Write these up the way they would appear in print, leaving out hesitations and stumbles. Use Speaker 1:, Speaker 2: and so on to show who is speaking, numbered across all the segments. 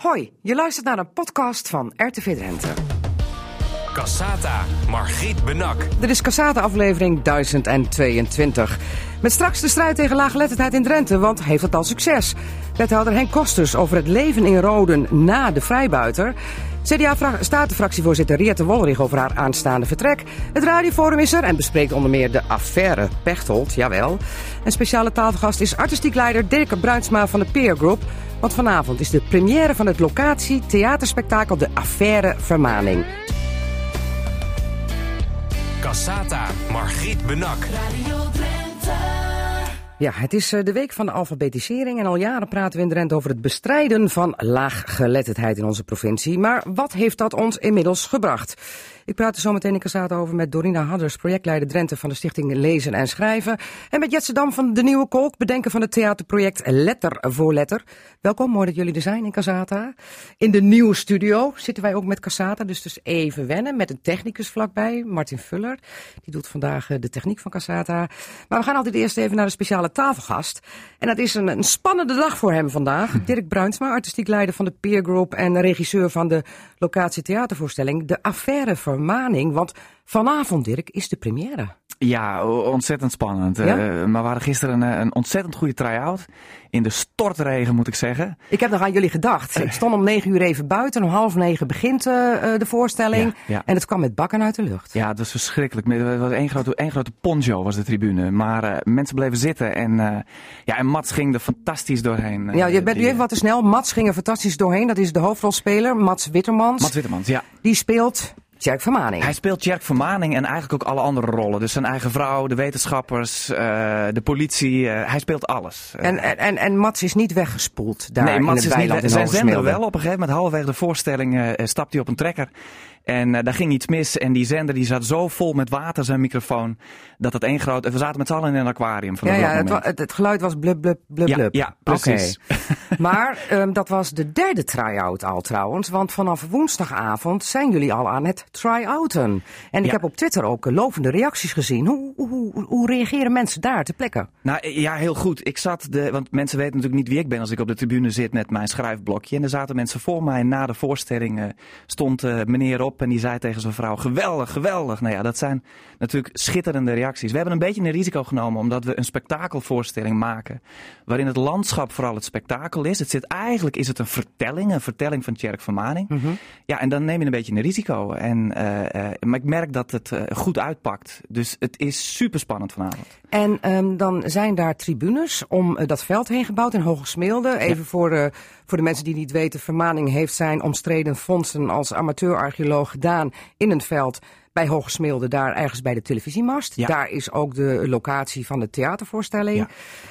Speaker 1: Hoi, je luistert naar een podcast van RTV Drenthe.
Speaker 2: Cassata, Margriet Benak.
Speaker 1: Dit is Cassata aflevering 1022. Met straks de strijd tegen laaggeletterdheid in Drenthe, want heeft het al succes? Wethouder Henk Kosters over het leven in Roden na de vrijbuiter. CDA-statenfractievoorzitter Riette Wollerich over haar aanstaande vertrek. Het radioforum is er en bespreekt onder meer de affaire Pechtold, jawel. Een speciale tafelgast is artistiek leider Dirk Bruinsma van de Peer Group. Want vanavond is de première van het locatie theaterspektakel De Affaire Vermaning.
Speaker 2: Cassata, Margriet Benak.
Speaker 1: Ja, het is de week van de alfabetisering en al jaren praten we in Drenthe over het bestrijden van laaggeletterdheid in onze provincie. Maar wat heeft dat ons inmiddels gebracht? Ik praat er zo meteen in Cassata over met Dorina Hadders, projectleider Drenthe van de Stichting Lezen en Schrijven. En met Jetse Dam van De Nieuwe Kolk, bedenker van het theaterproject Letter voor Letter. Welkom, mooi dat jullie er zijn in Cassata. In de nieuwe studio zitten wij ook met Cassata, dus even wennen met een technicus vlakbij, Martin Vuller. Die doet vandaag de techniek van Cassata. Maar we gaan altijd eerst even naar de speciale tafelgast. En dat is een spannende dag voor hem vandaag. Dirk Bruinsma, artistiek leider van de Peer Group en regisseur van de locatie theatervoorstelling De Affaire Vermaning. Want vanavond, Dirk, is de première.
Speaker 3: Ja, ontzettend spannend.
Speaker 1: Ja?
Speaker 3: Maar we hadden gisteren een ontzettend goede try-out. In de stortregen, moet ik zeggen.
Speaker 1: Ik heb nog aan jullie gedacht. Ik stond om 9 uur even buiten. Om 8:30 begint de voorstelling. Ja. En het kwam met bakken uit de lucht.
Speaker 3: Ja, het was verschrikkelijk. Het was één grote poncho was de tribune. Maar mensen bleven zitten. En Mats ging er fantastisch doorheen.
Speaker 1: Ja, je bent nu even wat te snel. Mats ging er fantastisch doorheen. Dat is de hoofdrolspeler, Mats Wittermans.
Speaker 3: Mats Wittermans, ja.
Speaker 1: Die speelt Tjerk Vermaning.
Speaker 3: Hij speelt Tjerk Vermaning en eigenlijk ook alle andere rollen. Dus zijn eigen vrouw, de wetenschappers, de politie. Hij speelt alles.
Speaker 1: En Mats is niet weggespoeld daar in het weiland in
Speaker 3: zijn zender
Speaker 1: Hogesmilde.
Speaker 3: wel op een gegeven moment. Halverwege de voorstelling stapt hij op een trekker. En daar ging iets mis. En die zender die zat zo vol met water, zijn microfoon. Dat het we zaten met z'n allen in een aquarium.
Speaker 1: Het geluid was blub, blub, blub, blub.
Speaker 3: Ja, precies.
Speaker 1: Okay. Maar dat was de derde try-out al trouwens. Want vanaf woensdagavond zijn jullie al aan het try-outen. En ik heb op Twitter ook lovende reacties gezien. Hoe reageren mensen daar ter plekke?
Speaker 3: Nou ja, heel goed. Want mensen weten natuurlijk niet wie ik ben als ik op de tribune zit met mijn schrijfblokje. En er zaten mensen voor mij. Na de voorstelling stond meneer op en die zei tegen zijn vrouw: geweldig, geweldig. Nou ja, dat zijn natuurlijk schitterende reacties. We hebben een beetje een risico genomen omdat we een spektakelvoorstelling maken. Waarin het landschap vooral het spektakel is. Eigenlijk is het een vertelling van Tjerk Vermaning. Mm-hmm. Ja, en dan neem je een beetje een risico. Maar ik merk dat het goed uitpakt. Dus het is super spannend vanavond.
Speaker 1: En dan zijn daar tribunes om dat veld heen gebouwd in Hogesmilde. Even voor de mensen die niet weten, Vermaning heeft zijn omstreden vondsten als amateur-archeoloog gedaan in een veld bij Hogesmilde, daar ergens bij de televisiemast. Ja. Daar is ook de locatie van de theatervoorstelling.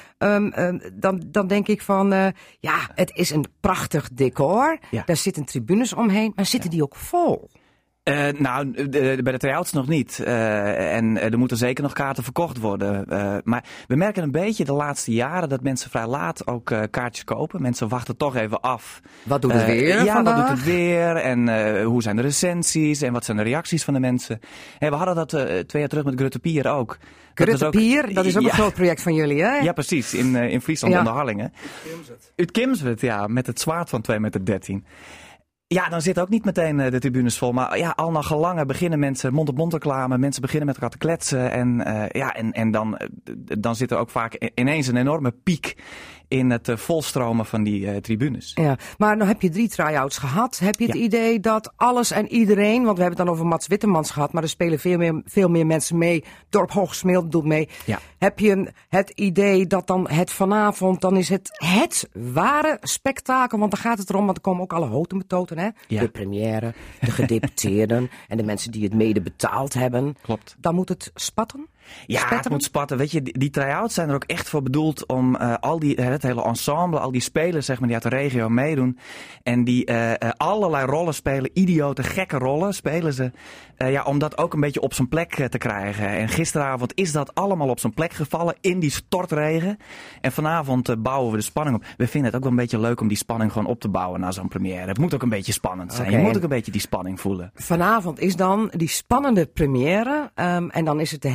Speaker 1: Ja. Dan denk ik van, het is een prachtig decor. Ja. Daar zitten tribunes omheen, maar zitten die ook vol?
Speaker 3: Bij de try-outs nog niet. En er moeten zeker nog kaarten verkocht worden. Maar we merken een beetje de laatste jaren dat mensen vrij laat ook kaartjes kopen. Mensen wachten toch even af.
Speaker 1: Wat doet het weer vandaag?
Speaker 3: Wat doet het weer? En hoe zijn de recensies? En wat zijn de reacties van de mensen? We hadden dat 2 jaar terug met Grutte Pier ook.
Speaker 1: Grutte Pier, dat is ook een groot project van jullie, hè?
Speaker 3: Ja, precies. In Friesland onder Harlingen. Uit Kimswerd, ja. Met het zwaard van 2,13 meter. Ja, dan zitten ook niet meteen de tribunes vol. Maar ja, al naar gelangen beginnen mensen mond-op-mond reclame. Mensen beginnen met elkaar te kletsen. En dan zit er ook vaak ineens een enorme piek in het volstromen van die tribunes. Ja,
Speaker 1: maar nou heb je 3 try-outs gehad. Heb je het idee dat alles en iedereen, want we hebben het dan over Mats Wittermans gehad, maar er spelen veel meer mensen mee. Dorp Hogesmilde doet mee. Ja. Heb je het idee dat dan het vanavond, dan is het ware spektakel, want dan gaat het erom, want er komen ook alle hotemetoten, hè? Ja. De première, de gedeputeerden en de mensen die het mede betaald hebben.
Speaker 3: Klopt.
Speaker 1: Dan moet het spatten?
Speaker 3: Ja, het moet spatten. Weet je, die try-outs zijn er ook echt voor bedoeld om het hele ensemble, al die spelers zeg maar, die uit de regio meedoen en die allerlei rollen spelen, idiote, gekke rollen spelen ze, om dat ook een beetje op zijn plek te krijgen. En gisteravond is dat allemaal op zijn plek gevallen in die stortregen. En vanavond bouwen we de spanning op. We vinden het ook wel een beetje leuk om die spanning gewoon op te bouwen na zo'n première. Het moet ook een beetje spannend zijn. Okay. Je moet ook een beetje die spanning voelen.
Speaker 1: Vanavond is dan die spannende première en dan is het de hele maand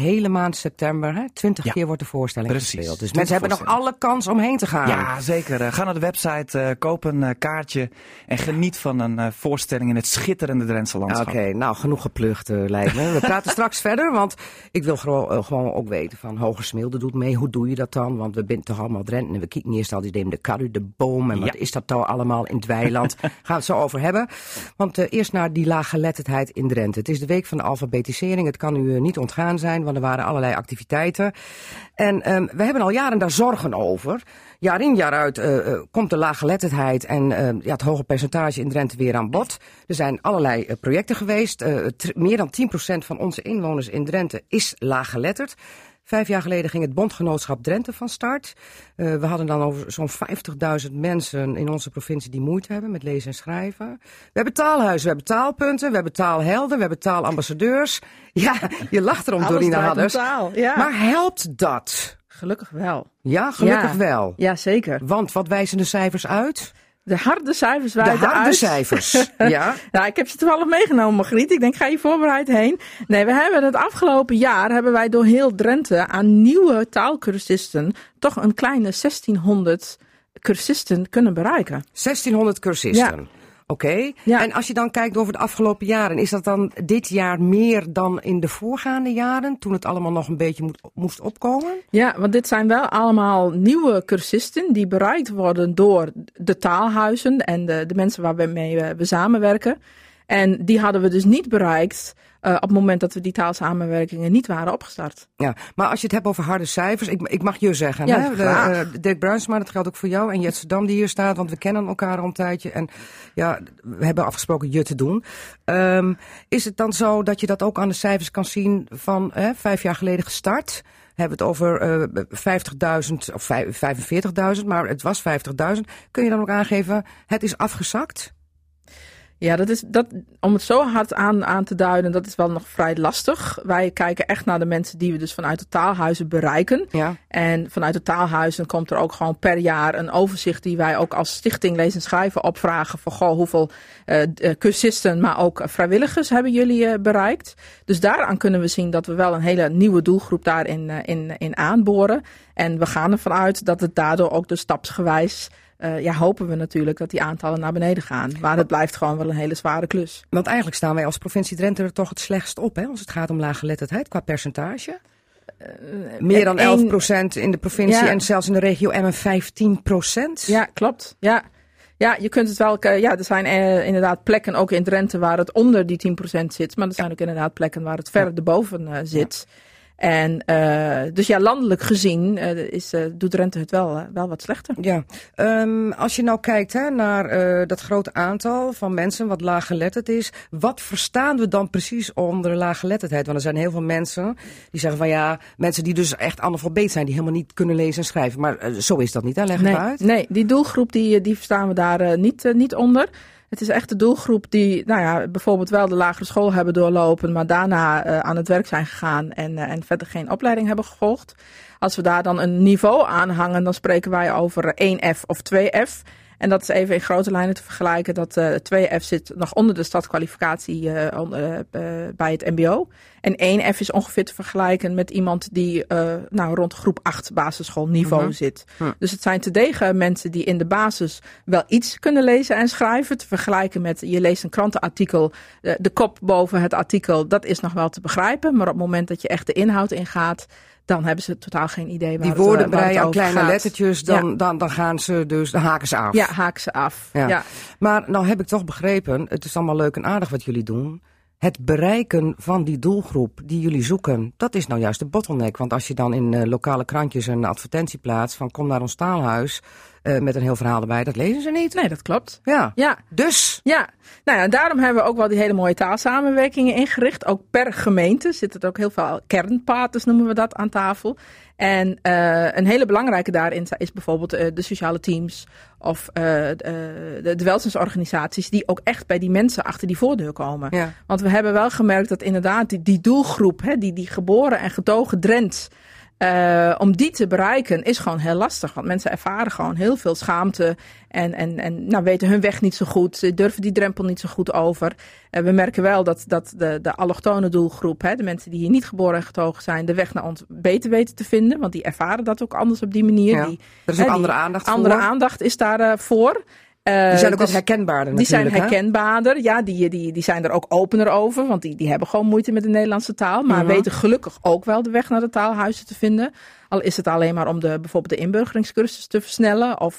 Speaker 1: maand september, 20 keer wordt de voorstelling gespeeld. Dus mensen hebben nog alle kans om heen te gaan.
Speaker 3: Ja, zeker. Ga naar de website, koop een kaartje en geniet van een voorstelling in het schitterende Drentse landschap.
Speaker 1: Oké, nou genoeg geplucht lijkt me. We praten straks verder, want ik wil gewoon ook weten van Hogesmilde doet mee. Hoe doe je dat dan? Want we zijn toch allemaal Drenten en we kijken eerst altijd nemen de karru, de boom en wat is dat nou allemaal in het weiland. Gaan we het zo over hebben. Want eerst naar die laaggeletterdheid in Drenthe. Het is de week van de alfabetisering. Het kan u niet ontgaan zijn, want er waren allerlei activiteiten. En we hebben al jaren daar zorgen over. Jaar in jaar uit komt de laaggeletterdheid en het hoge percentage in Drenthe weer aan bod. Er zijn allerlei projecten geweest. Meer dan 10% van onze inwoners in Drenthe is laaggeletterd. 5 jaar geleden ging het Bondgenootschap Drenthe van start. We hadden dan over zo'n 50.000 mensen in onze provincie die moeite hebben met lezen en schrijven. We hebben taalhuizen, we hebben taalpunten, we hebben taalhelden, we hebben taalambassadeurs. Ja, je lacht erom, Dorina Hadders.
Speaker 4: Ja.
Speaker 1: Maar helpt dat?
Speaker 4: Gelukkig wel.
Speaker 1: Ja, gelukkig wel.
Speaker 4: Ja, zeker.
Speaker 1: Want wat wijzen de cijfers uit?
Speaker 4: De harde cijfers wijzen uit.
Speaker 1: De harde cijfers, ja.
Speaker 4: Ja, ik heb ze toevallig meegenomen, Margriet. Ik denk, ga je voorbereid heen. Nee, we hebben het afgelopen jaar, hebben wij door heel Drenthe aan nieuwe taalcursisten toch een kleine 1600 cursisten kunnen bereiken.
Speaker 1: 1600 cursisten.
Speaker 4: Ja.
Speaker 1: Oké.
Speaker 4: Ja.
Speaker 1: En als je dan kijkt over de afgelopen jaren, is dat dan dit jaar meer dan in de voorgaande jaren, toen het allemaal nog een beetje moest opkomen?
Speaker 4: Ja, want dit zijn wel allemaal nieuwe cursisten die bereikt worden door de taalhuizen en de mensen waarmee we samenwerken. En die hadden we dus niet bereikt op het moment dat we die taalsamenwerkingen niet waren opgestart.
Speaker 1: Ja, maar als je het hebt over harde cijfers, ik mag je zeggen,
Speaker 4: ja,
Speaker 1: hè? Dirk Bruinsma, dat geldt ook voor jou en Jetse Dam die hier staat, want we kennen elkaar al een tijdje en ja, we hebben afgesproken je te doen. Is het dan zo dat je dat ook aan de cijfers kan zien van 5 jaar geleden gestart? We hebben het over 50.000 of 45.000, maar het was 50.000. Kun je dan ook aangeven, het is afgezakt?
Speaker 4: Ja, om het zo hard aan te duiden, dat is wel nog vrij lastig. Wij kijken echt naar de mensen die we dus vanuit de taalhuizen bereiken.
Speaker 1: Ja.
Speaker 4: En vanuit de taalhuizen komt er ook gewoon per jaar een overzicht die wij ook als Stichting Lezen en Schrijven opvragen. Van hoeveel cursisten, maar ook vrijwilligers hebben jullie bereikt. Dus daaraan kunnen we zien dat we wel een hele nieuwe doelgroep daarin in aanboren. En we gaan ervan uit dat het daardoor ook dus stapsgewijs hopen we natuurlijk dat die aantallen naar beneden gaan. Maar het blijft gewoon wel een hele zware klus.
Speaker 1: Want eigenlijk staan wij als provincie Drenthe er toch het slechtst op, hè, als het gaat om laaggeletterdheid qua percentage. Meer dan 11% in de provincie en zelfs in de regio Emmen 15%.
Speaker 4: Ja, klopt. Ja, je kunt het wel. Er zijn inderdaad plekken ook in Drenthe waar het onder die 10% zit. Maar er zijn ook inderdaad plekken waar het verder erboven zit. Ja. En dus ja, landelijk gezien doet Drenthe het wel wat slechter.
Speaker 1: Ja, als je nou kijkt naar dat grote aantal van mensen wat laaggeletterd is, wat verstaan we dan precies onder laaggeletterdheid? Want er zijn heel veel mensen die zeggen van ja, mensen die dus echt analfabeet zijn, die helemaal niet kunnen lezen en schrijven. Maar zo is dat niet, hè? Leg het uit.
Speaker 4: Nee, die doelgroep die verstaan we daar niet onder. Het is echt de doelgroep die bijvoorbeeld wel de lagere school hebben doorlopen, maar daarna aan het werk zijn gegaan en verder geen opleiding hebben gevolgd. Als we daar dan een niveau aan hangen, dan spreken wij over 1F of 2F. En dat is even in grote lijnen te vergelijken. Dat 2F zit nog onder de startkwalificatie bij het mbo. En 1F is ongeveer te vergelijken met iemand die rond groep 8 basisschoolniveau zit. Dus het zijn terdege mensen die in de basis wel iets kunnen lezen en schrijven. Te vergelijken met, je leest een krantenartikel, de kop boven het artikel, dat is nog wel te begrijpen. Maar op het moment dat je echt de inhoud ingaat, dan hebben ze totaal geen idee waar
Speaker 1: die woorden breien aan
Speaker 4: kleine
Speaker 1: gaat. Lettertjes, dan gaan ze dus, dan haken ze af.
Speaker 4: Ja, haken ze af. Ja.
Speaker 1: Maar nou heb ik toch begrepen, het is allemaal leuk en aardig wat jullie doen. Het bereiken van die doelgroep die jullie zoeken, dat is nou juist de bottleneck. Want als je dan in lokale krantjes een advertentie plaatst van kom naar ons taalhuis met een heel verhaal erbij, dat lezen ze niet.
Speaker 4: Nee, dat klopt.
Speaker 1: Ja. Dus?
Speaker 4: Ja. Daarom hebben we ook wel die hele mooie taalsamenwerkingen ingericht. Ook per gemeente zitten er ook heel veel kernpaters, noemen we dat, aan tafel. En een hele belangrijke daarin is bijvoorbeeld de sociale teams of de welzijnsorganisaties die ook echt bij die mensen achter die voordeur komen. Ja. Want we hebben wel gemerkt dat inderdaad die doelgroep, die geboren en getogen Drents, Om die te bereiken is gewoon heel lastig. Want mensen ervaren gewoon heel veel schaamte en weten hun weg niet zo goed. Durven die drempel niet zo goed over. We merken wel dat de allochtone doelgroep, de mensen die hier niet geboren en getogen zijn, de weg naar ons beter weten te vinden. Want die ervaren dat ook anders op die manier.
Speaker 1: Ja, er is ook andere aandacht voor.
Speaker 4: Andere aandacht is daarvoor.
Speaker 1: Die zijn ook wat herkenbaarder natuurlijk.
Speaker 4: Die zijn herkenbaarder, ja. Die zijn er ook opener over. Want die hebben gewoon moeite met de Nederlandse taal. Maar weten gelukkig ook wel de weg naar de taalhuizen te vinden. Al is het alleen maar om bijvoorbeeld de inburgeringscursus te versnellen. Of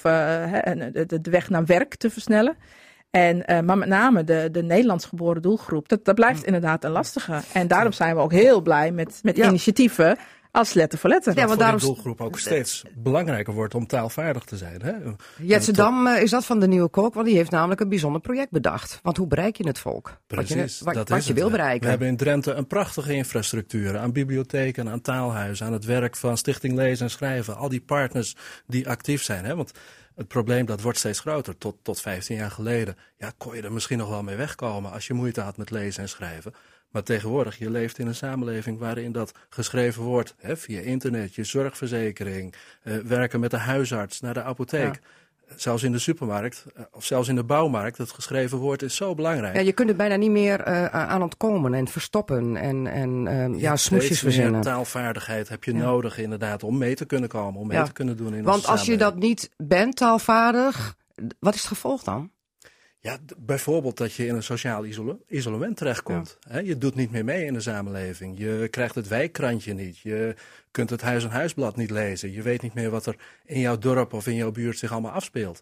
Speaker 4: de weg naar werk te versnellen. Maar met name de Nederlands geboren doelgroep. Dat blijft inderdaad een lastige. En daarom zijn we ook heel blij met initiatieven als Letter voor Letter.
Speaker 5: Ja, want daarom de doelgroep ook steeds belangrijker wordt om taalvaardig te zijn. Hè?
Speaker 1: Jetse Dam is dat van de Nieuwe Kolk, want die heeft namelijk een bijzonder project bedacht. Want hoe bereik je het volk?
Speaker 5: Precies,
Speaker 1: wat je wil bereiken.
Speaker 5: We hebben in Drenthe een prachtige infrastructuur aan bibliotheken, aan taalhuizen, aan het werk van Stichting Lezen en Schrijven. Al die partners die actief zijn. Hè? Want het probleem dat wordt steeds groter. Tot 15 jaar geleden kon je er misschien nog wel mee wegkomen als je moeite had met lezen en schrijven. Maar tegenwoordig, je leeft in een samenleving waarin dat geschreven wordt. Via internet, je zorgverzekering, werken met de huisarts, naar de apotheek. Ja. Zelfs in de supermarkt, of zelfs in de bouwmarkt, het geschreven woord is zo belangrijk.
Speaker 1: Ja, je kunt er bijna niet meer aan ontkomen en verstoppen en smoesjes verzinnen.
Speaker 5: Meer taalvaardigheid heb je nodig inderdaad om mee te kunnen komen, om mee te kunnen doen in onze
Speaker 1: Want als je dat niet bent, taalvaardig, wat is het gevolg dan?
Speaker 5: Ja, bijvoorbeeld dat je in een sociaal isolement terechtkomt. Ja. Je doet niet meer mee in de samenleving. Je krijgt het wijkkrantje niet. Je kunt het huis- en huisblad niet lezen. Je weet niet meer wat er in jouw dorp of in jouw buurt zich allemaal afspeelt.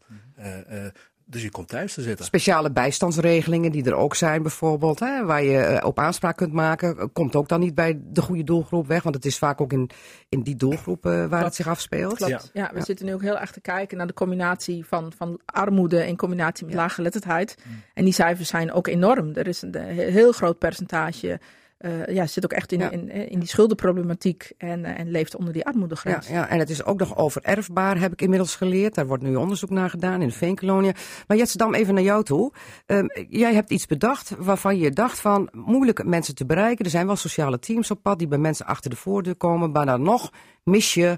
Speaker 5: Dus je komt thuis te zitten. Speciale
Speaker 1: bijstandsregelingen die er ook zijn bijvoorbeeld, waar je op aanspraak kunt maken, komt ook dan niet bij de goede doelgroep weg. Want het is vaak ook in die doelgroep waar het zich afspeelt.
Speaker 4: Klopt. Ja, we zitten nu ook heel erg te kijken naar de combinatie van armoede in combinatie met laaggeletterdheid. En die cijfers zijn ook enorm. Er is een heel groot percentage zit ook echt in die schuldenproblematiek en leeft onder die armoedegrens.
Speaker 1: Ja, en het is ook nog overerfbaar, heb ik inmiddels geleerd. Daar wordt nu onderzoek naar gedaan in de Veenkolonie. Maar Jetse Dam, even naar jou toe. Jij hebt iets bedacht waarvan je dacht van moeilijk mensen te bereiken. Er zijn wel sociale teams op pad die bij mensen achter de voordeur komen. Maar dan nog mis je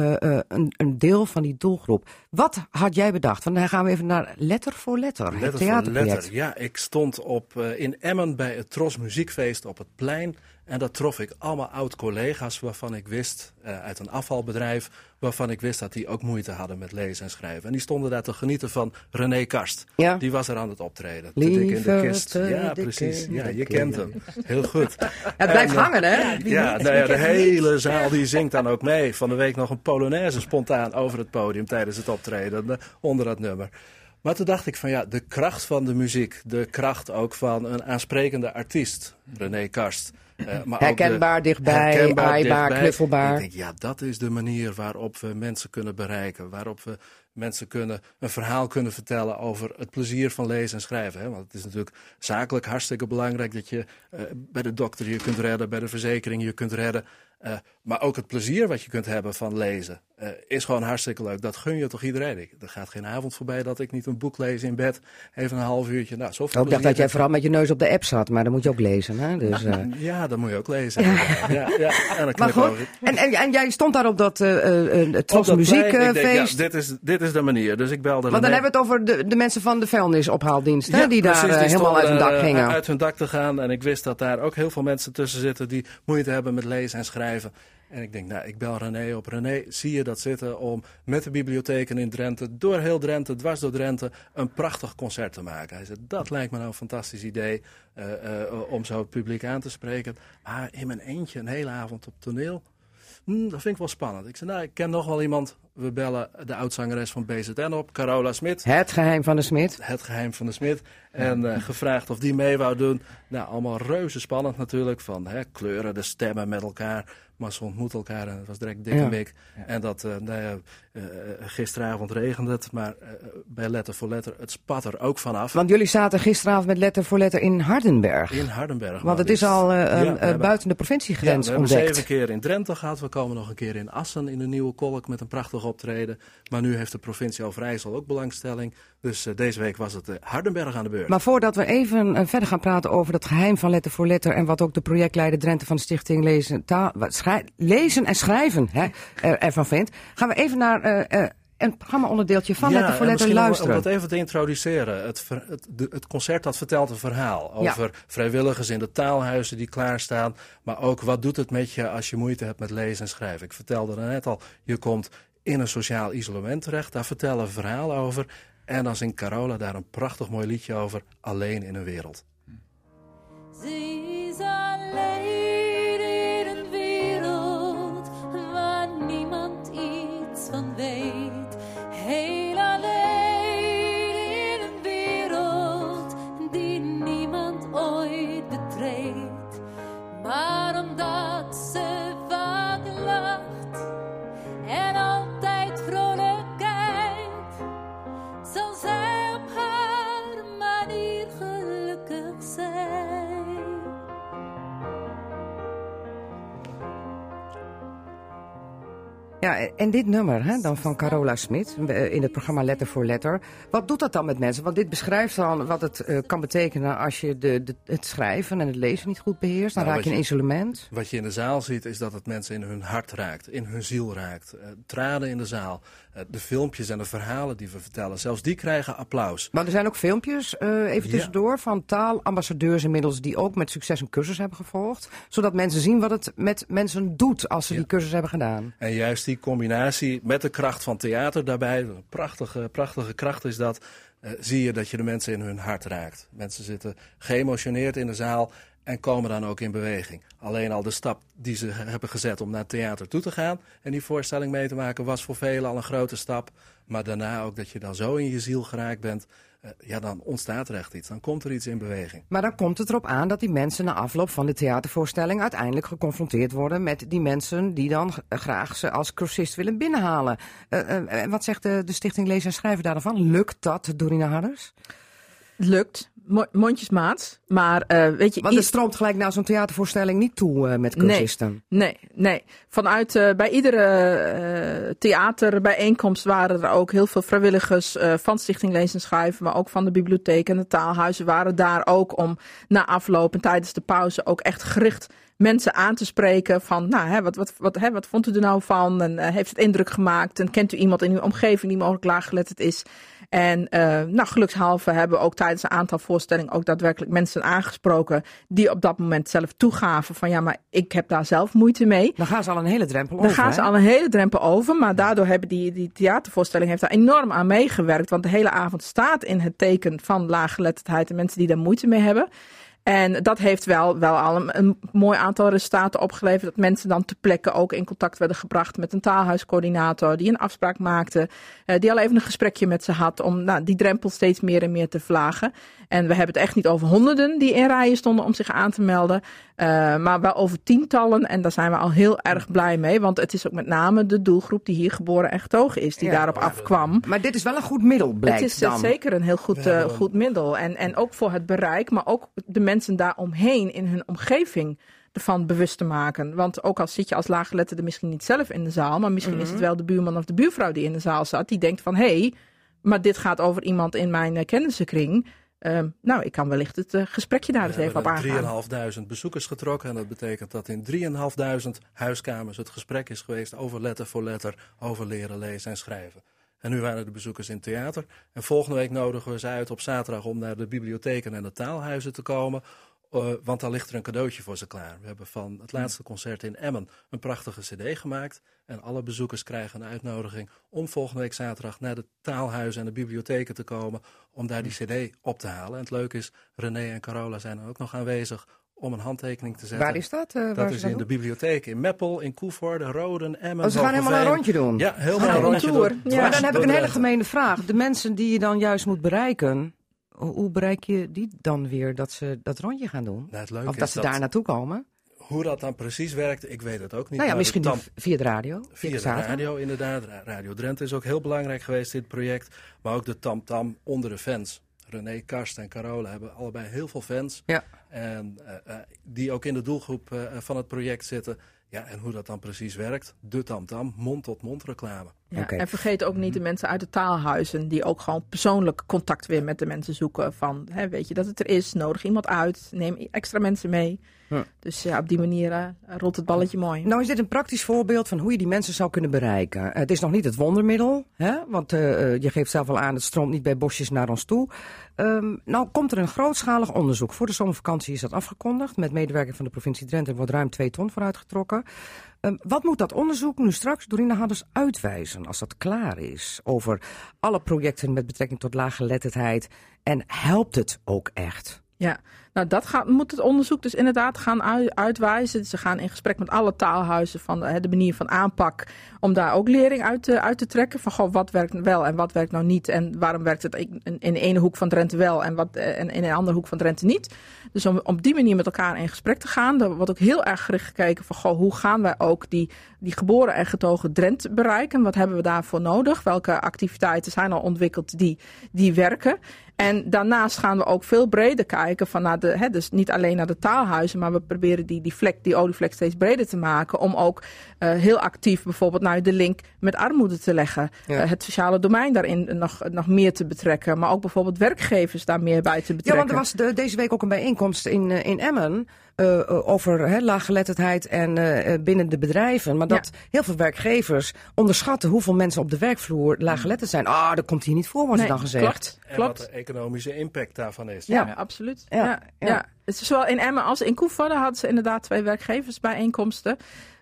Speaker 1: een deel van die doelgroep. Wat had jij bedacht? Want dan gaan we even naar Letter voor Letter.
Speaker 5: Letter voor Letter. Ja, ik stond in Emmen bij het Tros Muziekfeest op het plein. En dat trof ik allemaal oud-collega's waarvan ik wist, uit een afvalbedrijf, waarvan ik wist dat die ook moeite hadden met lezen en schrijven. En die stonden daar te genieten van René Karst. Ja. Die was er aan het optreden. Te dik in de kist. Ja, precies. Ja, je kent hem. Heel goed.
Speaker 1: Het blijft hangen, hè?
Speaker 5: De hele zaal die zingt dan ook mee. Van de week nog een Polonaise spontaan over het podium tijdens het optreden onder dat nummer. Maar toen dacht ik van de kracht van de muziek, de kracht ook van een aansprekende artiest, René Karst.
Speaker 1: Maar herkenbaar, dichtbij, aaibaar, knuffelbaar.
Speaker 5: Ik denk, dat is de manier waarop we mensen kunnen bereiken. Waarop we mensen een verhaal kunnen vertellen over het plezier van lezen en schrijven. Hè? Want het is natuurlijk zakelijk hartstikke belangrijk dat je bij de dokter je kunt redden, bij de verzekering je kunt redden. Maar ook het plezier wat je kunt hebben van lezen is gewoon hartstikke leuk. Dat gun je toch iedereen. Er gaat geen avond voorbij dat ik niet een boek lees in bed. Even een half uurtje. Nou, zoveel
Speaker 1: ik dacht dat jij vooral met je neus op de app zat, maar dan moet je ook lezen. Hè? Dus,
Speaker 5: ja, dan moet je ook lezen. Ja. En
Speaker 1: maar goed, en jij stond daar op dat Tros Muziekfeest.
Speaker 5: Dit is de manier. Dus ik belde.
Speaker 1: Want dan hebben we het over de mensen van de vuilnisophaaldienst, hè, die daar helemaal uit hun dak gingen.
Speaker 5: Uit hun dak te gaan. En ik wist dat daar ook heel veel mensen tussen zitten die moeite hebben met lezen en schrijven. En ik denk, ik bel René op. René, zie je dat zitten om met de bibliotheken in Drenthe, door heel Drenthe, dwars door Drenthe, een prachtig concert te maken. Hij zei, dat lijkt me nou een fantastisch idee om zo het publiek aan te spreken. Maar in mijn eentje een hele avond op toneel, dat vind ik wel spannend. Ik zei, ik ken nog wel iemand. We bellen de oudzangeres van BZN op, Carola Smit.
Speaker 1: Het geheim van de Smit.
Speaker 5: Het geheim van de Smit. En gevraagd of die mee wou doen. Nou, allemaal reuze spannend natuurlijk. Van kleuren, de stemmen met elkaar. Maar ze ontmoeten elkaar en het was direct dikke mik. Ja. En dat, gisteravond regende het. Maar bij Letter voor Letter, het spat er ook vanaf.
Speaker 1: Want jullie zaten gisteravond met Letter voor Letter in Hardenberg.
Speaker 5: In Hardenberg.
Speaker 1: Want het is al buiten de provinciegrens ontdekt.
Speaker 5: We hebben 7 keer in Drenthe gehad. We komen nog een keer in Assen in de Nieuwe Kolk met een prachtige optreden. Maar nu heeft de provincie Overijssel ook belangstelling. Dus deze week was het Hardenberg aan de beurt.
Speaker 1: Maar voordat we even verder gaan praten over dat geheim van Letter voor Letter en wat ook de projectleider Drenthe van de Stichting Lezen en Schrijven ervan vindt, gaan we even naar een programma-onderdeeltje van Letter voor Letter luisteren.
Speaker 5: Om dat even te introduceren. Het concert dat vertelt een verhaal over vrijwilligers in de taalhuizen die klaarstaan. Maar ook wat doet het met je als je moeite hebt met lezen en schrijven. Ik vertelde er net al, je komt in een sociaal isolement terecht. Daar vertellen we een verhaal over. En dan zingt Carola daar een prachtig mooi liedje over. Alleen in een wereld.
Speaker 6: Ze is alleen in een wereld waar niemand iets van weet. Heel alleen in een wereld die niemand ooit betreedt. Maar omdat ze vaak lacht en altijd vrolijk kijkt, zal zij op haar manier gelukkig zijn.
Speaker 1: Ja, en dit nummer dan van Carola Smit in het programma Letter voor Letter. Wat doet dat dan met mensen? Want dit beschrijft dan wat het kan betekenen als je het schrijven en het lezen niet goed beheerst. Dan raak je in isolement.
Speaker 5: Wat je in de zaal ziet is dat het mensen in hun hart raakt, in hun ziel raakt. Tranen in de zaal. De filmpjes en de verhalen die we vertellen, zelfs die krijgen applaus.
Speaker 1: Maar er zijn ook filmpjes, even tussendoor, van taalambassadeurs inmiddels die ook met succes een cursus hebben gevolgd. Zodat mensen zien wat het met mensen doet als ze die cursus hebben gedaan.
Speaker 5: En juist die combinatie met de kracht van theater daarbij, een prachtige kracht is dat, zie je dat je de mensen in hun hart raakt. Mensen zitten geëmotioneerd in de zaal en komen dan ook in beweging. Alleen al de stap die ze hebben gezet om naar het theater toe te gaan en die voorstelling mee te maken was voor velen al een grote stap. Maar daarna ook dat je dan zo in je ziel geraakt bent, dan ontstaat er echt iets. Dan komt er iets in beweging.
Speaker 1: Maar dan komt het erop aan dat die mensen na afloop van de theatervoorstelling uiteindelijk geconfronteerd worden met die mensen die dan graag ze als cursist willen binnenhalen. En wat zegt de Stichting Lezen en Schrijven daarvan? Lukt dat, Dorina Harders?
Speaker 4: Lukt. Mondjesmaat. Maar weet je...
Speaker 1: Want het stroomt gelijk na zo'n theatervoorstelling niet toe met cursisten.
Speaker 4: Nee. Vanuit bij iedere theaterbijeenkomst waren er ook heel veel vrijwilligers van Stichting Lezen en Schrijven, maar ook van de bibliotheek en de taalhuizen waren daar ook om na afloop en tijdens de pauze ook echt gericht mensen aan te spreken van, wat vond u er nou van? En heeft het indruk gemaakt? En kent u iemand in uw omgeving die mogelijk laaggeletterd is? En gelukshalve hebben we ook tijdens een aantal voorstellingen ook daadwerkelijk mensen aangesproken die op dat moment zelf toegaven van ja, maar ik heb daar zelf moeite mee.
Speaker 1: Dan gaan ze al een hele drempel over. Maar daardoor hebben die theatervoorstelling heeft daar enorm aan meegewerkt. Want de hele avond staat in het teken van laaggeletterdheid en mensen die daar moeite mee hebben. En dat heeft wel al een mooi aantal resultaten opgeleverd. Dat mensen dan ter plekke ook in contact werden gebracht met een taalhuiscoördinator. Die een afspraak maakte. Die al even een gesprekje met ze had om die drempel steeds meer en meer te verlagen. En we hebben het echt niet over honderden die in rijen stonden om zich aan te melden. Maar wel over tientallen. En daar zijn we al heel erg blij mee. Want het is ook met name de doelgroep die hier geboren en getogen is. Die daarop afkwam. Maar dit is wel een goed middel, blijkt
Speaker 4: het is
Speaker 1: dan.
Speaker 4: Zeker een heel goed middel. En ook voor het bereik. Maar ook de mensen daaromheen in hun omgeving ervan bewust te maken. Want ook al zit je als laaggeletterde misschien niet zelf in de zaal, maar misschien is het wel de buurman of de buurvrouw die in de zaal zat, die denkt van, hé, maar dit gaat over iemand in mijn kennissenkring. Ik kan wellicht het gesprekje daar eens even op aangaan.
Speaker 5: We hebben 3.500 bezoekers getrokken en dat betekent dat in 3.500 huiskamers het gesprek is geweest over letter voor letter, over leren lezen en schrijven. En nu waren de bezoekers in het theater. En volgende week nodigen we ze uit op zaterdag om naar de bibliotheken en de taalhuizen te komen. Want dan ligt er een cadeautje voor ze klaar. We hebben van het laatste concert in Emmen een prachtige cd gemaakt. En alle bezoekers krijgen een uitnodiging om volgende week zaterdag naar de taalhuizen en de bibliotheken te komen. Om daar die cd op te halen. En het leuke is, René en Carola zijn er ook nog aanwezig om een handtekening te zetten.
Speaker 1: Waar is dat?
Speaker 5: Dat is in de bibliotheek in Meppel, in Koevoorde, Roden, Emmen.
Speaker 1: Ze gaan helemaal een rondje doen?
Speaker 5: Ja, helemaal een rondje doen.
Speaker 1: Ja. Maar dan heb ik een hele gemene vraag. De mensen die je dan juist moet bereiken, hoe bereik je die dan weer dat ze dat rondje gaan doen?
Speaker 5: Nou, het leuke
Speaker 1: of dat
Speaker 5: is
Speaker 1: ze daar naartoe komen?
Speaker 5: Hoe dat dan precies werkt, ik weet het ook niet.
Speaker 1: Nou ja, misschien via de radio.
Speaker 5: Via de radio, inderdaad. Radio Drenthe is ook heel belangrijk geweest in dit project. Maar ook de tamtam onder de fans. René, Karsten en Carola hebben allebei heel veel fans.
Speaker 1: Ja.
Speaker 5: En die ook in de doelgroep van het project zitten. Ja, en hoe dat dan precies werkt, de tamtam, mond-tot-mond reclame.
Speaker 4: Ja,
Speaker 1: Oké.
Speaker 4: En vergeet ook niet de mensen uit de taalhuizen die ook gewoon persoonlijk contact weer met de mensen zoeken. Van, weet je dat het er is, nodig iemand uit, neem extra mensen mee.
Speaker 1: Ja.
Speaker 4: Dus op die manier rolt het balletje mooi.
Speaker 1: Nou is dit een praktisch voorbeeld van hoe je die mensen zou kunnen bereiken. Het is nog niet het wondermiddel, hè? Want je geeft zelf al aan, het stroomt niet bij bosjes naar ons toe. Nou komt er een grootschalig onderzoek. Voor de zomervakantie is dat afgekondigd. Met medewerking van de provincie Drenthe wordt ruim 2 ton voor uitgetrokken. Wat moet dat onderzoek nu straks Dorina Hadders uitwijzen als dat klaar is? Over alle projecten met betrekking tot laaggeletterdheid. En helpt het ook echt?
Speaker 4: Ja, nou moet het onderzoek dus inderdaad gaan uitwijzen. Ze gaan in gesprek met alle taalhuizen van de manier van aanpak. Om daar ook lering uit te trekken. Van wat werkt wel en wat werkt nou niet. En waarom werkt het in de ene hoek van Drenthe wel en in een andere hoek van Drenthe niet. Dus om op die manier met elkaar in gesprek te gaan. Er wordt ook heel erg gericht gekeken van hoe gaan wij ook die geboren en getogen Drenthe bereiken. Wat hebben we daarvoor nodig? Welke activiteiten zijn al ontwikkeld die werken? En daarnaast gaan we ook veel breder kijken van dus niet alleen naar de taalhuizen, maar we proberen die olievlek steeds breder te maken. Om ook heel actief bijvoorbeeld de link met armoede te leggen.
Speaker 1: Ja.
Speaker 4: Het sociale domein daarin nog meer te betrekken. Maar ook bijvoorbeeld werkgevers daar meer bij te betrekken.
Speaker 1: Ja, want er was deze week ook een bijeenkomst in Emmen. Over laaggeletterdheid en binnen de bedrijven. Maar dat heel veel werkgevers onderschatten hoeveel mensen op de werkvloer laaggeletterd zijn. Dat komt hier niet voor, wordt er dan gezegd.
Speaker 5: En wat de economische impact daarvan is.
Speaker 4: Ja, absoluut.
Speaker 1: Ja.
Speaker 4: Het is zowel in Emmen als in Koevoorde hadden ze inderdaad 2 werkgeversbijeenkomsten.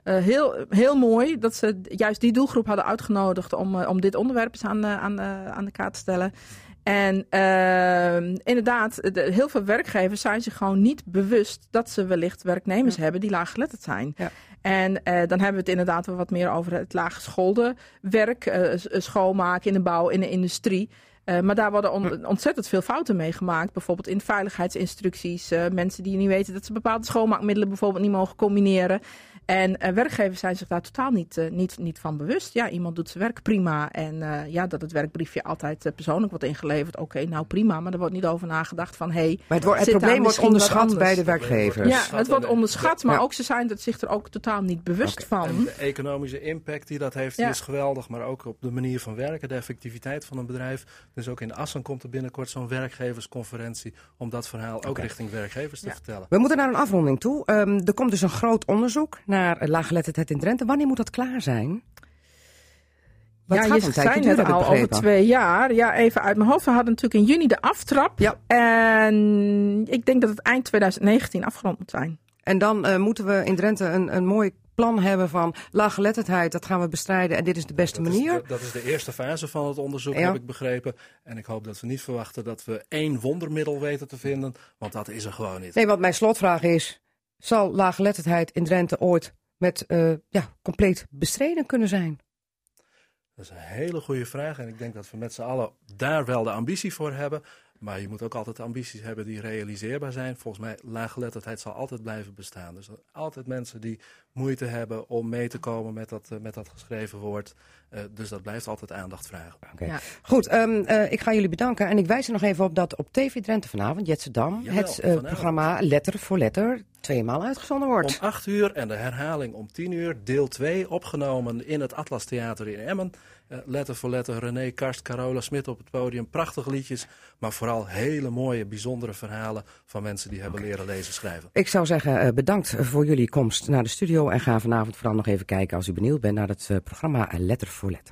Speaker 4: Heel mooi dat ze juist die doelgroep hadden uitgenodigd om dit onderwerp eens aan de kaart te stellen. En inderdaad, heel veel werkgevers zijn zich gewoon niet bewust dat ze wellicht werknemers hebben die laaggeletterd zijn. Ja. En dan hebben we het inderdaad wel wat meer over het laaggeschoolde werk, schoonmaken in de bouw, in de industrie. Maar daar worden ontzettend veel fouten mee gemaakt. Bijvoorbeeld in veiligheidsinstructies. Mensen die niet weten dat ze bepaalde schoonmaakmiddelen bijvoorbeeld niet mogen combineren. En werkgevers zijn zich daar totaal niet van bewust. Ja, iemand doet zijn werk prima. En dat het werkbriefje altijd persoonlijk wordt ingeleverd. Oké, nou prima, maar er wordt niet over nagedacht van maar
Speaker 1: het probleem wordt onderschat bij de werkgevers.
Speaker 4: Ja, het wordt onderschat, maar ook ze zijn zich er ook totaal niet bewust van.
Speaker 5: En de economische impact die dat heeft, die is geweldig. Maar ook op de manier van werken, de effectiviteit van een bedrijf. Dus ook in Assen komt er binnenkort zo'n werkgeversconferentie om dat verhaal ook richting werkgevers te vertellen.
Speaker 1: We moeten naar een afronding toe. Er komt dus een groot onderzoek naar laaggeletterdheid in Drenthe. Wanneer moet dat klaar zijn?
Speaker 4: Je zei net al over 2 jaar. Ja, even uit mijn hoofd. We hadden natuurlijk in juni de aftrap. Ja. En ik denk dat het eind 2019 afgerond moet zijn.
Speaker 1: En dan moeten we in Drenthe een mooi plan hebben van laaggeletterdheid. Dat gaan we bestrijden en dit is de beste manier.
Speaker 5: Dat is de eerste fase van het onderzoek, heb ik begrepen. En ik hoop dat we niet verwachten dat we 1 wondermiddel weten te vinden. Want dat is er gewoon niet.
Speaker 1: Nee, want mijn slotvraag is, zal laaggeletterdheid in Drenthe ooit met compleet bestreden kunnen zijn?
Speaker 5: Dat is een hele goede vraag. En ik denk dat we met z'n allen daar wel de ambitie voor hebben. Maar je moet ook altijd ambities hebben die realiseerbaar zijn. Volgens mij, laaggeletterdheid zal altijd blijven bestaan. Dus er zijn altijd mensen die moeite hebben om mee te komen met dat geschreven woord. Dus dat blijft altijd aandacht vragen.
Speaker 1: Okay. Ja. Goed, ik ga jullie bedanken. En ik wijs er nog even op dat op TV Drenthe vanavond, Jetzedam, het programma Letter voor Letter 2 maal uitgezonden wordt.
Speaker 5: Om 8:00 en de herhaling om 10:00, deel 2, opgenomen in het Atlas Theater in Emmen. Letter voor Letter, René Karst, Carola Smit op het podium. Prachtige liedjes, maar vooral hele mooie, bijzondere verhalen van mensen die hebben leren lezen schrijven.
Speaker 1: Ik zou zeggen, bedankt voor jullie komst naar de studio. En ga vanavond vooral nog even kijken als u benieuwd bent naar het programma Letter voor Letter.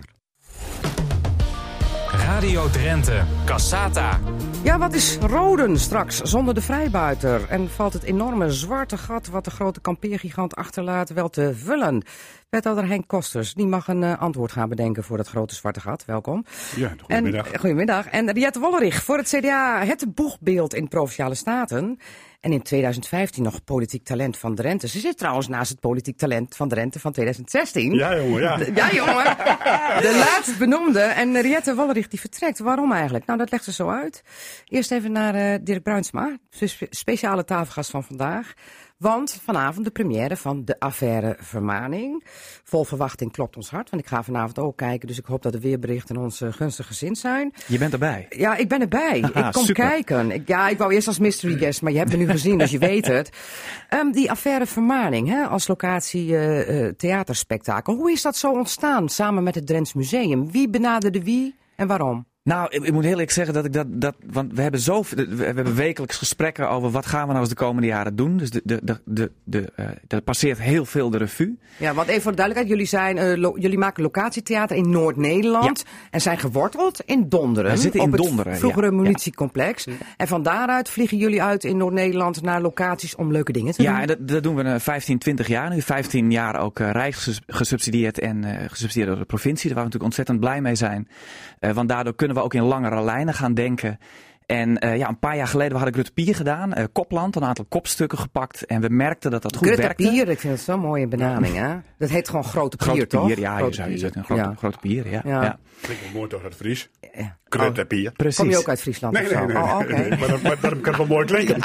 Speaker 2: Radio Drenthe, Cassata.
Speaker 1: Ja, wat is Roden straks zonder de vrijbuiter? En valt het enorme zwarte gat wat de grote kampeergigant achterlaat wel te vullen? Wethouder Henk Kosters, die mag een antwoord gaan bedenken voor dat grote zwarte gat. Welkom.
Speaker 7: Ja, goedemiddag.
Speaker 1: Goedemiddag. En Riette Wollerich voor het CDA, het boegbeeld in Provinciale Staten. En in 2015 nog politiek talent van Drenthe. Ze zit trouwens naast het politiek talent van Drenthe van 2016.
Speaker 7: Ja, jongen, ja.
Speaker 1: Ja, jongen. De laatst benoemde. En Riette Wollerich die vertrekt. Waarom eigenlijk? Nou, dat legt ze zo uit. Eerst even naar Dirk Bruinsma, speciale tafelgast van vandaag. Want vanavond de première van de affaire Vermaning. Vol verwachting klopt ons hart, want ik ga vanavond ook kijken. Dus ik hoop dat de weerberichten ons gunstig gezind zijn.
Speaker 3: Je bent erbij?
Speaker 1: Ja, ik ben erbij.
Speaker 3: Aha,
Speaker 1: ik kom
Speaker 3: super.
Speaker 1: kijken. Ik wou eerst als mystery guest, maar je hebt me nu gezien, dus je weet het. Die affaire Vermaning, hè, als locatie theaterspektakel. Hoe is dat zo ontstaan, samen met het Drents Museum? Wie benaderde wie en waarom?
Speaker 3: Nou, ik moet heel eerlijk zeggen dat want we hebben wekelijks gesprekken over wat gaan we nou eens de komende jaren doen. Dus er passeert heel veel de revue.
Speaker 1: Ja, want even voor de duidelijkheid, jullie maken locatietheater in Noord-Nederland en zijn geworteld in Donderen.
Speaker 3: We zitten in Donderen,
Speaker 1: het vroegere munitiecomplex. Ja. En van daaruit vliegen jullie uit in Noord-Nederland naar locaties om leuke dingen te doen.
Speaker 3: Ja, en dat doen we 15, 20 jaar nu. 15 jaar ook rijksgesubsidieerd en gesubsidieerd door de provincie. Daar waar we natuurlijk ontzettend blij mee zijn. Want daardoor kunnen we ook in langere lijnen gaan denken. En een paar jaar geleden had ik Grutte Pier gedaan. Kopland, een aantal kopstukken gepakt. En we merkten dat goed werkte.
Speaker 1: Grutte Pier, ik vind het zo'n mooie benaming. Hè? Dat heet gewoon Grote Pier,
Speaker 3: Grote
Speaker 1: toch?
Speaker 3: Pier, ja. Je zou een grote pier, ja.
Speaker 7: Klinkt wel mooi toch, uit Fries.
Speaker 1: Ja.
Speaker 7: Grutte Pier.
Speaker 3: Precies.
Speaker 1: Kom je ook uit Friesland
Speaker 7: Nee,
Speaker 1: of zo?
Speaker 7: nee.
Speaker 1: Okay.
Speaker 7: Maar daarom kan het wel mooi klinken.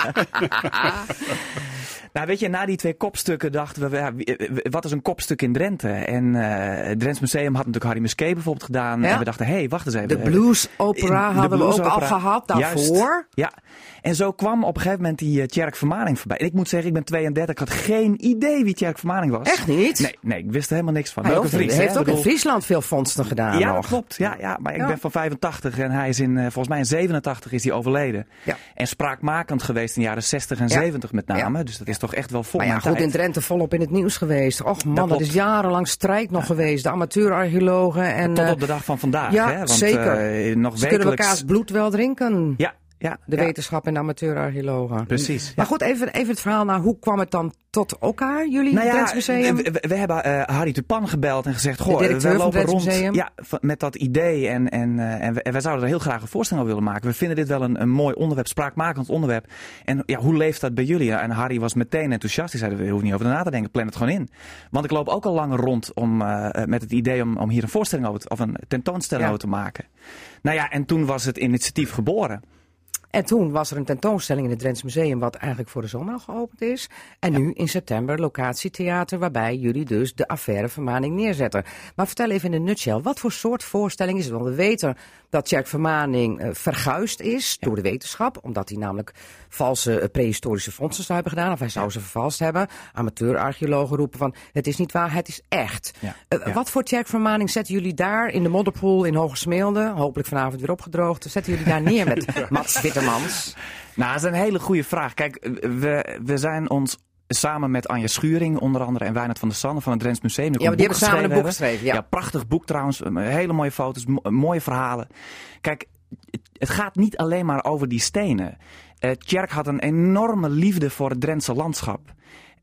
Speaker 3: Nou, weet je, na die 2 kopstukken dachten we, wat is een kopstuk in Drenthe? En het Drents Museum had natuurlijk Harry Muskee bijvoorbeeld gedaan. Ja? En we dachten, wacht eens even.
Speaker 1: De blues opera hadden we ook al gehad daarvoor.
Speaker 3: Juist, ja. En zo kwam op een gegeven moment die Tjerk Vermaning voorbij. En ik moet zeggen, ik ben 32, ik had geen idee wie Tjerk Vermaning was.
Speaker 1: Echt niet?
Speaker 3: Nee, ik wist er helemaal niks van.
Speaker 1: Hij heeft ook in Friesland veel vondsten gedaan
Speaker 3: ja,
Speaker 1: nog.
Speaker 3: Dat klopt. Ja, maar ik ben van 85 en hij is volgens mij in 87 is hij overleden. Ja. En spraakmakend geweest in de jaren 60 en 70 met name. Ja. Dus dat is toch echt wel vol.
Speaker 1: Maar goed, in Drenthe volop in het nieuws geweest. Och man, dat is jarenlang strijd nog geweest. De amateurarcheologen en...
Speaker 3: Tot op de dag van vandaag.
Speaker 1: Ja,
Speaker 3: hè? Want,
Speaker 1: zeker.
Speaker 3: Nog
Speaker 1: ze kunnen elkaars bloed wel drinken.
Speaker 3: Ja.
Speaker 1: De wetenschap en de amateurarcheologen.
Speaker 3: Precies.
Speaker 1: Maar goed, even het verhaal naar hoe kwam het dan tot elkaar, jullie Drents Museum?
Speaker 3: We hebben Harry Tupan gebeld en gezegd,
Speaker 1: we lopen rond
Speaker 3: met dat idee en wij zouden er heel graag een voorstelling over willen maken. We vinden dit wel een mooi onderwerp, spraakmakend onderwerp. En hoe leeft dat bij jullie? En Harry was meteen enthousiast. Hij zei, we hoeven niet over na te denken, plan het gewoon in. Want ik loop ook al langer rond met het idee om hier een voorstelling over of een tentoonstelling over te maken. Nou ja, en toen was het initiatief geboren.
Speaker 1: En toen was er een tentoonstelling in het Drents Museum, wat eigenlijk voor de zomer al geopend is. En nu in september locatietheater, waarbij jullie dus de affaire Vermaning neerzetten. Maar vertel even in een nutshell, wat voor soort voorstelling is het? Want we weten dat Tjerk Vermaning verguisd is door de wetenschap, omdat hij namelijk valse prehistorische vondsten zou hebben gedaan, of hij zou ze vervalst hebben. Amateurarcheologen roepen van, het is niet waar, het is echt. Wat voor Tjerk Vermaning zetten jullie daar in de modderpoel in Hogesmeelde, hopelijk vanavond weer opgedroogd, zetten jullie daar neer met Mats Wittemans?
Speaker 3: Nou, dat is een hele goede vraag. Kijk, we zijn ons samen met Anja Schuring onder andere en Wijnand van der Sande van het Drents Museum.
Speaker 1: Ja, maar die hebben samen een boek geschreven.
Speaker 3: Ja, prachtig boek trouwens. Hele mooie foto's, mooie verhalen. Kijk, het gaat niet alleen maar over die stenen. Tjerk had een enorme liefde voor het Drentse landschap.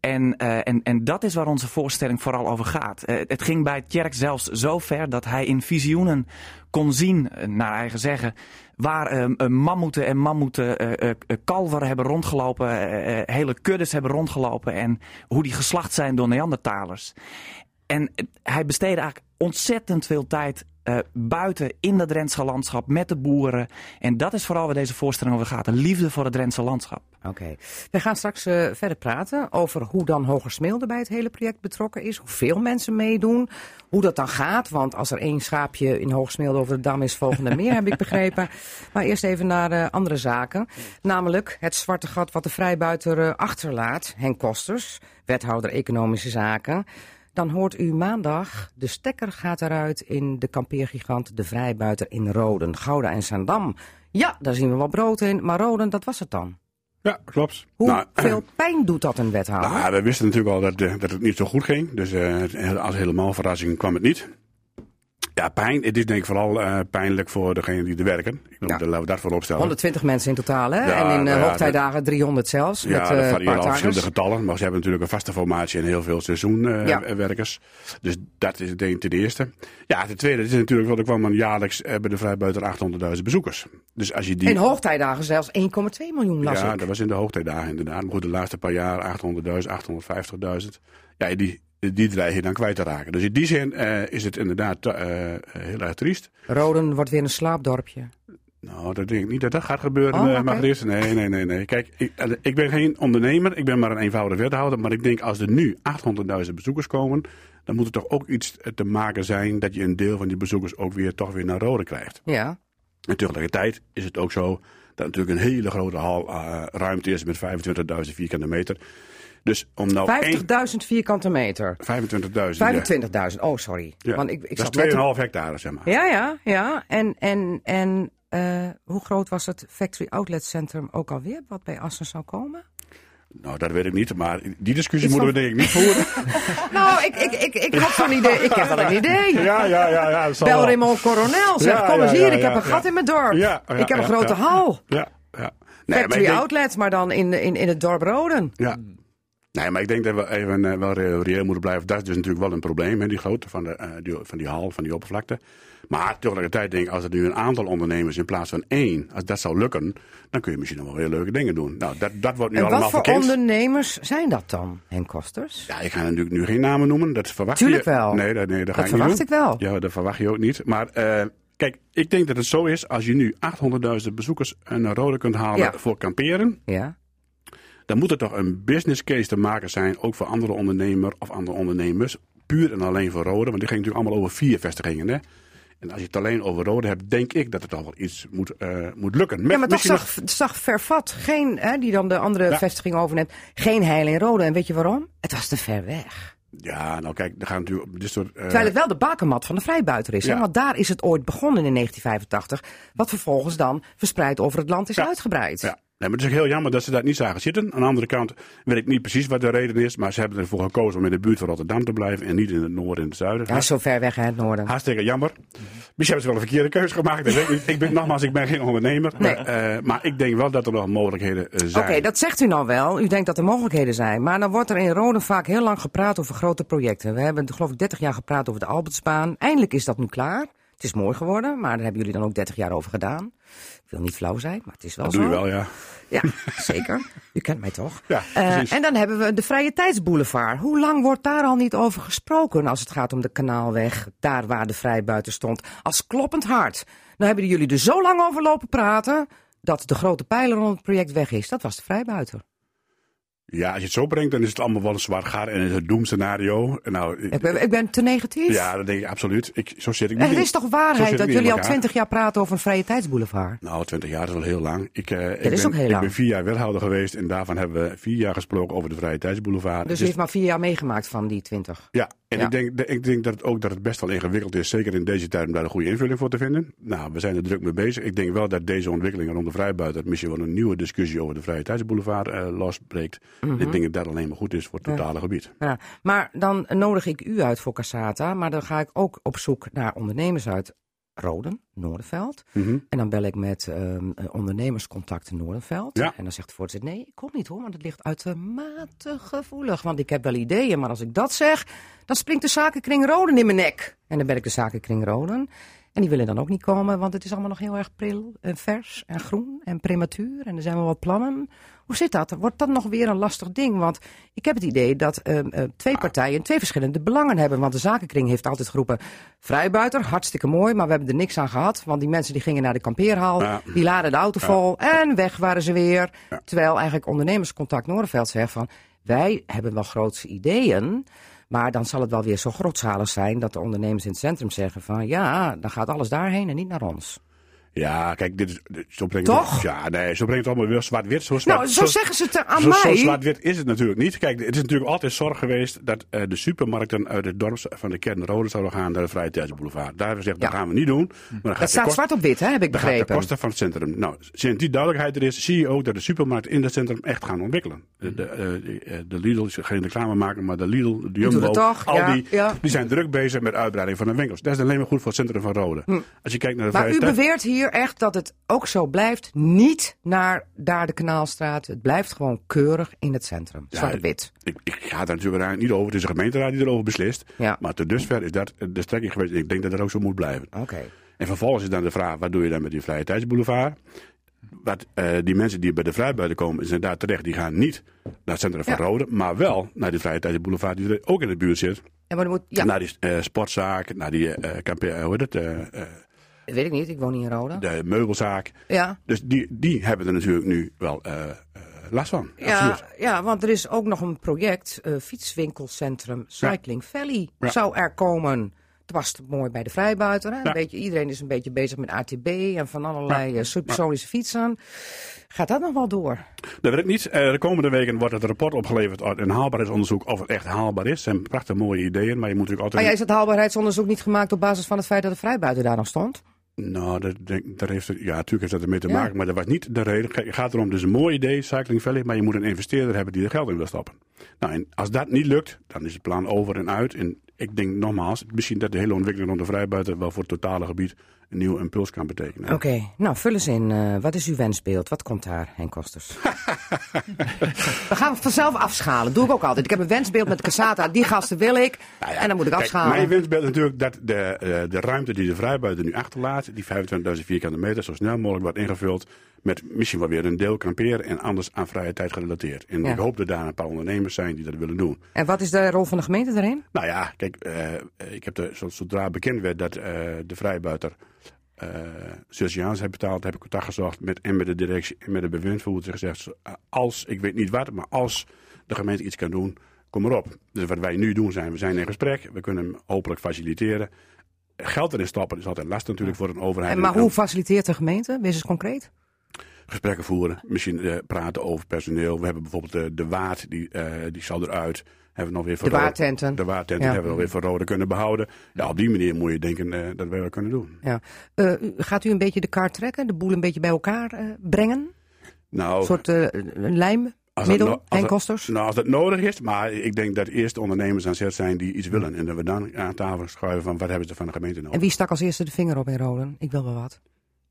Speaker 3: En dat is waar onze voorstelling vooral over gaat. Het ging bij Tjerk zelfs zo ver dat hij in visioenen kon zien, naar eigen zeggen, waar mammoeten en kalveren hebben rondgelopen, hele kuddes hebben rondgelopen en hoe die geslacht zijn door Neandertalers. En hij besteedde eigenlijk ontzettend veel tijd buiten in dat Drentse landschap met de boeren. En dat is vooral waar deze voorstelling over gaat. De liefde voor het Drentse landschap.
Speaker 1: Oké. We gaan straks verder praten over hoe dan Hogesmeelde bij het hele project betrokken is. Hoeveel mensen meedoen. Hoe dat dan gaat. Want als er 1 schaapje in Hogesmeelde over de dam is, volgende meer, heb ik begrepen. Maar eerst even naar andere zaken. Namelijk het zwarte gat wat de vrijbuiter achterlaat. Henk Kosters, wethouder Economische Zaken. Dan hoort u maandag, de stekker gaat eruit in de kampeergigant De Vrijbuiter in Roden, Gouda en Zaandam. Ja, daar zien we wel brood in, maar Roden, dat was het dan.
Speaker 7: Ja, klopt.
Speaker 1: Hoeveel pijn doet dat een wethouder?
Speaker 7: Nou, we wisten natuurlijk al dat het niet zo goed ging. Dus als helemaal verrassing kwam het niet. Ja, pijn. Het is denk ik vooral pijnlijk voor degenen die er werken. Laten we dat voorop stellen.
Speaker 1: 120 mensen in totaal, hè? Ja, en in hoogtijdagen 300 zelfs.
Speaker 7: Ja, dat variëren al verschillende getallen. Maar ze hebben natuurlijk een vaste formatie en heel veel seizoenwerkers. Dus dat is ten eerste. Ja, ten tweede is natuurlijk wel, er kwam jaarlijks bij de Vrijbuiter 800.000 bezoekers. Dus als je die...
Speaker 1: In hoogtijdagen zelfs 1,2 miljoen las ik.
Speaker 7: Ja, dat was in de hoogtijdagen inderdaad. Maar goed, de laatste paar jaar 800.000, 850.000. Ja, die dreig je dan kwijt te raken. Dus in die zin is het inderdaad heel erg triest.
Speaker 1: Roden wordt weer een slaapdorpje.
Speaker 7: Nou, dat denk ik niet dat dat gaat gebeuren,
Speaker 1: oké.
Speaker 7: Margriet. Nee. Kijk, ik ben geen ondernemer. Ik ben maar een eenvoudige wethouder. Maar ik denk, als er nu 800.000 bezoekers komen, dan moet er toch ook iets te maken zijn dat je een deel van die bezoekers ook toch weer naar Rode krijgt.
Speaker 1: Ja.
Speaker 7: En tegelijkertijd is het ook zo dat natuurlijk een hele grote hal ruimte is met 25.000 vierkante meter. Dus om nou
Speaker 1: 50.000 vierkante meter.
Speaker 7: 25.000.
Speaker 1: 25.000, oh sorry.
Speaker 7: Ja.
Speaker 1: Want ik
Speaker 7: Dat
Speaker 1: zat
Speaker 7: is
Speaker 1: net
Speaker 7: 2,5 hectare, zeg maar.
Speaker 1: Ja. En hoe groot was het Factory Outlet Centrum ook alweer, wat bij Assen zou komen?
Speaker 7: Nou, dat weet ik niet, maar die discussie
Speaker 1: Iets
Speaker 7: moeten we denk ik niet voeren.
Speaker 1: Nou, ik had zo'n idee. Ik heb wel een idee.
Speaker 7: Ja. dat zal
Speaker 1: Bel
Speaker 7: wel.
Speaker 1: Raymond Coronel, zeg, kom eens hier, ik heb een gat in mijn dorp. Ik heb een grote hal.
Speaker 7: Ja.
Speaker 1: Factory Outlets, maar dan in het dorp Roden.
Speaker 7: Ja. Nee, maar ik denk dat we even wel reëel moeten blijven. Dat is dus natuurlijk wel een probleem, hè, die grootte van die hal, van die oppervlakte. Maar tegelijkertijd denk ik, als er nu een aantal ondernemers in plaats van 1, als dat zou lukken, dan kun je misschien nog wel heel leuke dingen doen. Nou, dat wordt nu
Speaker 1: En
Speaker 7: allemaal
Speaker 1: wat voor
Speaker 7: verkend.
Speaker 1: ondernemers zijn dat dan, Henk Kosters?
Speaker 7: Ja, ik ga natuurlijk nu geen namen noemen. Dat verwacht
Speaker 1: Tuurlijk
Speaker 7: je.
Speaker 1: wel.
Speaker 7: Nee, dat ga
Speaker 1: Dat
Speaker 7: ik niet
Speaker 1: verwacht
Speaker 7: doen.
Speaker 1: ik wel.
Speaker 7: Ja, dat verwacht je ook niet. Maar kijk, ik denk dat het zo is, als je nu 800.000 bezoekers naar Rode kunt halen voor kamperen,
Speaker 1: Ja.
Speaker 7: dan moet er toch een business case te maken zijn, ook voor andere ondernemers of andere ondernemers. Puur en alleen voor Rode, want die ging natuurlijk allemaal over 4 vestigingen. Hè? En als je het alleen over Rode hebt, denk ik dat het toch wel iets moet lukken.
Speaker 1: Ja, maar toch zag Vervat, die dan de andere vestiging overneemt, geen heil in Rode. En weet je waarom? Het was te ver weg.
Speaker 7: Ja, nou kijk, er gaan natuurlijk op dit soort...
Speaker 1: Terwijl het wel de bakermat van de vrijbuiter is.
Speaker 7: Ja.
Speaker 1: Hè? Want daar is het ooit begonnen in 1985. Wat vervolgens dan verspreid over het land is uitgebreid.
Speaker 7: Ja. Nee, maar het is ook heel jammer dat ze dat niet zagen zitten. Aan de andere kant weet ik niet precies wat de reden is. Maar ze hebben ervoor gekozen om in de buurt van Rotterdam te blijven. En niet in het noorden en het zuiden.
Speaker 1: Ja, zo ver weg in het noorden.
Speaker 7: Hartstikke jammer. Misschien hebben ze wel een verkeerde keuze gemaakt. Dat weet ik niet. Ik ben geen ondernemer.
Speaker 1: Nee.
Speaker 7: Maar ik denk wel dat er nog mogelijkheden zijn.
Speaker 1: Oké, dat zegt u nou wel. U denkt dat er mogelijkheden zijn. Maar dan wordt er in Roden vaak heel lang gepraat over grote projecten. We hebben geloof ik 30 jaar gepraat over de Albertsbaan. Eindelijk is dat nu klaar. Het is mooi geworden, maar daar hebben jullie dan ook 30 jaar over gedaan. Ik wil niet flauw zijn, maar het is wel
Speaker 7: dat
Speaker 1: zo.
Speaker 7: doe je wel, ja.
Speaker 1: Ja, zeker. U kent mij toch?
Speaker 7: Ja, precies.
Speaker 1: En dan hebben we de Vrije Tijdsboulevard. Hoe lang wordt daar al niet over gesproken als het gaat om de Kanaalweg, daar waar de Vrijbuiter stond, als kloppend hart. Nou hebben jullie er zo lang over lopen praten dat de grote pijler rond het project weg is. Dat was de Vrijbuiter.
Speaker 7: Ja, als je het zo brengt, dan is het allemaal wel een zwart gat en is het doemscenario. Nou,
Speaker 1: Ik ben te negatief.
Speaker 7: ja, dat denk ik absoluut. Zo zit ik niet.
Speaker 1: Het is toch waarheid dat jullie al 20 jaar praten over een Vrije Tijdsboulevard?
Speaker 7: Nou, 20 jaar is wel heel lang. Ik
Speaker 1: lang.
Speaker 7: ben 4 jaar wethouder geweest en daarvan hebben we 4 jaar gesproken over de Vrije Tijdsboulevard.
Speaker 1: Dus u heeft maar 4 jaar meegemaakt van die 20.
Speaker 7: Ja, en
Speaker 1: Ja.
Speaker 7: ik denk dat het best wel ingewikkeld is, zeker in deze tijd, om daar een goede invulling voor te vinden. Nou, we zijn er druk mee bezig. Ik denk wel dat deze ontwikkelingen rond de Vrijbuiter misschien wel een nieuwe discussie over de Vrije Tijdsboulevard losbreekt.
Speaker 1: Mhm.
Speaker 7: Ik denk dat dat alleen maar goed is voor het totale gebied.
Speaker 1: Ja, maar dan nodig ik u uit voor Cassata, maar dan ga ik ook op zoek naar ondernemers uit Roden, Noordenveld.
Speaker 7: Mhm.
Speaker 1: En dan bel ik met ondernemerscontacten Noordenveld.
Speaker 7: Ja.
Speaker 1: En dan zegt de voorzitter, nee, ik kom niet hoor, want het ligt uitermate gevoelig. Want ik heb wel ideeën, maar als ik dat zeg, dan springt de zakenkring Roden in mijn nek. En dan ben ik de zakenkring Roden. En die willen dan ook niet komen, want het is allemaal nog heel erg pril en vers en groen en prematuur. En er zijn wel wat plannen. Hoe zit dat? Wordt dat nog weer een lastig ding? Want ik heb het idee dat 2 partijen 2 verschillende belangen hebben. Want de zakenkring heeft altijd geroepen, Vrijbuiter, hartstikke mooi, maar we hebben er niks aan gehad. Want die mensen die gingen naar de kampeerhal, die laden de auto vol en weg waren ze weer.
Speaker 7: Ja.
Speaker 1: Terwijl eigenlijk ondernemerscontact Noordenveld zegt van, wij hebben wel grootse ideeën. Maar dan zal het wel weer zo grootschalig zijn dat de ondernemers in het centrum zeggen van, ja, dan gaat alles daarheen en niet naar ons.
Speaker 7: Ja, kijk, zo brengt
Speaker 1: Toch?
Speaker 7: zo brengt het allemaal weer zwart-wit. Zo
Speaker 1: zeggen ze het aan
Speaker 7: Zo
Speaker 1: mij.
Speaker 7: zwart-wit is het natuurlijk niet. Kijk, het is natuurlijk altijd zorg geweest dat de supermarkten uit het dorp van de kern Rode zouden gaan naar de Vrije Tijdsboulevard. Daar hebben we gezegd, dat gaan we niet doen. Maar
Speaker 1: Dat staat zwart op wit, hè, heb ik
Speaker 7: dat gaat
Speaker 1: begrepen.
Speaker 7: ten koste van het centrum. Nou, sinds die duidelijkheid er is, zie je ook dat de supermarkten in het centrum echt gaan ontwikkelen. De Lidl, ik zal geen reclame maken, maar de Lidl, de Jumbo,
Speaker 1: doet het toch,
Speaker 7: Aldi,
Speaker 1: ja.
Speaker 7: die zijn druk bezig met uitbreiding van de winkels. Dat is alleen maar goed voor het centrum van Rode. Als je kijkt naar de
Speaker 1: Maar
Speaker 7: Vrije
Speaker 1: u
Speaker 7: Tijd-
Speaker 1: beweert hier echt dat het ook zo blijft, niet naar daar de Kanaalstraat. Het blijft gewoon keurig in het centrum. Zwart op wit.
Speaker 7: Ik ga daar natuurlijk uiteindelijk niet over. Het is de gemeenteraad die erover beslist.
Speaker 1: Ja.
Speaker 7: Maar tot dusver is dat de strekking geweest. Ik denk dat dat ook zo moet blijven.
Speaker 1: Oké.
Speaker 7: En vervolgens is dan de vraag, wat doe je dan met die Vrije Tijdsboulevard? Die mensen die bij de Vrijbuiter komen, zijn daar terecht. Die gaan niet naar het centrum van Rode, maar wel naar die Vrije Tijdsboulevard die er ook in de buurt zit.
Speaker 1: En maar er moet,
Speaker 7: Naar die sportzaak, naar die
Speaker 1: Weet ik niet, ik woon niet in Roda.
Speaker 7: De meubelzaak.
Speaker 1: Ja.
Speaker 7: Dus die hebben er natuurlijk nu wel last van.
Speaker 1: Ja, want er is ook nog een project, fietswinkelcentrum Cycling Valley zou er komen. Het was mooi bij de Vrijbuiter. Hè?
Speaker 7: Ja.
Speaker 1: Iedereen is een beetje bezig met ATB en van allerlei supersonische fietsen. Gaat dat nog wel door?
Speaker 7: Dat weet ik niet. De komende weken wordt het rapport opgeleverd uit een haalbaarheidsonderzoek of het echt haalbaar is. Het zijn prachtig mooie ideeën, maar je moet natuurlijk altijd...
Speaker 1: Maar is het haalbaarheidsonderzoek niet gemaakt op basis van het feit dat de Vrijbuiter daar nog stond?
Speaker 7: Nou, daar heeft het, natuurlijk heeft dat ermee te maken, maar dat was niet de reden. Het gaat erom, dus een mooi idee, Cycling Valley, maar je moet een investeerder hebben die er geld in wil stoppen. Nou, en als dat niet lukt, dan is het plan over en uit. En ik denk nogmaals, misschien dat de hele ontwikkeling rond de Vrijbuiter wel voor het totale gebied een nieuwe impuls kan betekenen.
Speaker 1: Oké, nou vul eens in. Wat is uw wensbeeld? Wat komt daar, Henk Kosters? We gaan het vanzelf afschalen. Doe ik ook altijd. Ik heb een wensbeeld met de Cassata. Die gasten wil ik. Nou ja, en dan moet ik afschalen.
Speaker 7: Mijn wensbeeld is natuurlijk dat de ruimte die de Vrijbuiter nu achterlaat, die 25.000 vierkante meter, zo snel mogelijk wordt ingevuld met misschien wel weer een deel kamperen en anders aan vrije tijd gerelateerd. En ik hoop dat daar een paar ondernemers zijn die dat willen doen.
Speaker 1: En wat is de rol van de gemeente daarin?
Speaker 7: Nou ja, kijk, ik heb zodra bekend werd dat de Vrijbuiter Sociaans heeft betaald, heb ik contact gezocht met de directie en met de bewindvoerder gezegd, als, ik weet niet wat, maar als de gemeente iets kan doen, kom erop. Dus wat wij nu doen we zijn in gesprek, we kunnen hem hopelijk faciliteren. Geld erin stoppen is altijd lastig natuurlijk voor een overheid.
Speaker 1: Maar hoe faciliteert de gemeente? Wees eens concreet.
Speaker 7: Gesprekken voeren, misschien praten over personeel. We hebben bijvoorbeeld de Waard, die zal eruit. Hebben we nog weer voor
Speaker 1: de waartenten.
Speaker 7: De waartenten hebben we nog weer voor Rode kunnen behouden. Ja, op die manier moet je denken dat wij dat kunnen doen.
Speaker 1: Ja. Gaat u een beetje de kaart trekken? De boel een beetje bij elkaar brengen?
Speaker 7: Nou,
Speaker 1: een soort lijmmiddel, Henk Kosters?
Speaker 7: Nou, als dat nodig is. Maar ik denk dat eerst de ondernemers aan zet zijn die iets willen. En dat we dan aan tafel schuiven van wat hebben ze van de gemeente nodig.
Speaker 1: En wie stak als eerste de vinger op in Roden? Ik wil wel wat.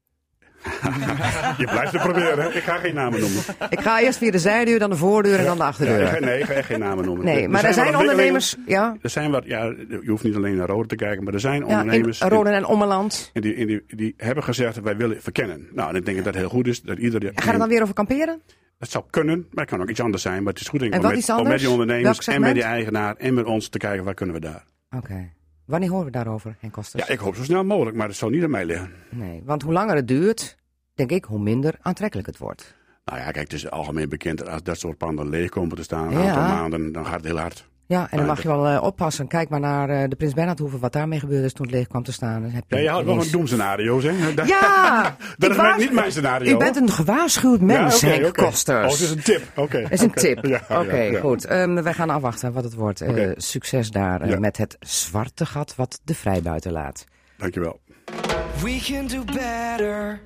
Speaker 7: Je blijft het proberen. Ik ga geen namen noemen.
Speaker 1: Ik ga eerst via de zijdeur, dan de voordeur en dan de achterdeur.
Speaker 7: Nee, ik ga echt geen namen noemen.
Speaker 1: Nee, maar er zijn ondernemers... Ja.
Speaker 7: Er zijn je hoeft niet alleen naar Roden te kijken, maar er zijn ondernemers...
Speaker 1: in Roden en Ommeland.
Speaker 7: En die hebben gezegd, wij willen verkennen. Nou, en ik denk dat het heel goed is dat iedereen...
Speaker 1: Gaat het dan weer over kamperen?
Speaker 7: Dat zou kunnen, maar het kan ook iets anders zijn. Maar het is goed denk ik,
Speaker 1: om
Speaker 7: met die ondernemers en met die eigenaar en met ons te kijken, waar kunnen we daar.
Speaker 1: Oké. Wanneer horen we daarover, Henk Kosters?
Speaker 7: Ja, ik hoop zo snel mogelijk, maar het zal niet aan mij liggen.
Speaker 1: Nee, want hoe langer het duurt, denk ik, hoe minder aantrekkelijk het wordt.
Speaker 7: Nou ja, kijk, het is algemeen bekend dat als dat soort panden leeg komen te staan een aantal maanden, dan gaat het heel hard.
Speaker 1: Ja, en dan mag je wel oppassen. Kijk maar naar de Prins Bernhardhoeve, wat daarmee gebeurde is toen het leeg kwam te staan. Dan heb je
Speaker 7: je houdt wel van doemscenario's, hè?
Speaker 1: Ja!
Speaker 7: Dat is niet mijn scenario.
Speaker 1: U bent een gewaarschuwd mens, Henk Kosters.
Speaker 7: Oh, het is een tip. Oké.
Speaker 1: Het is een tip. Oké, goed. Wij gaan afwachten wat het wordt. Succes daar met het zwarte gat wat de Vrijbuiter laat.
Speaker 7: Dankjewel.
Speaker 8: We can do better.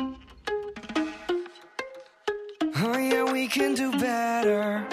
Speaker 8: Oh yeah, we can do better.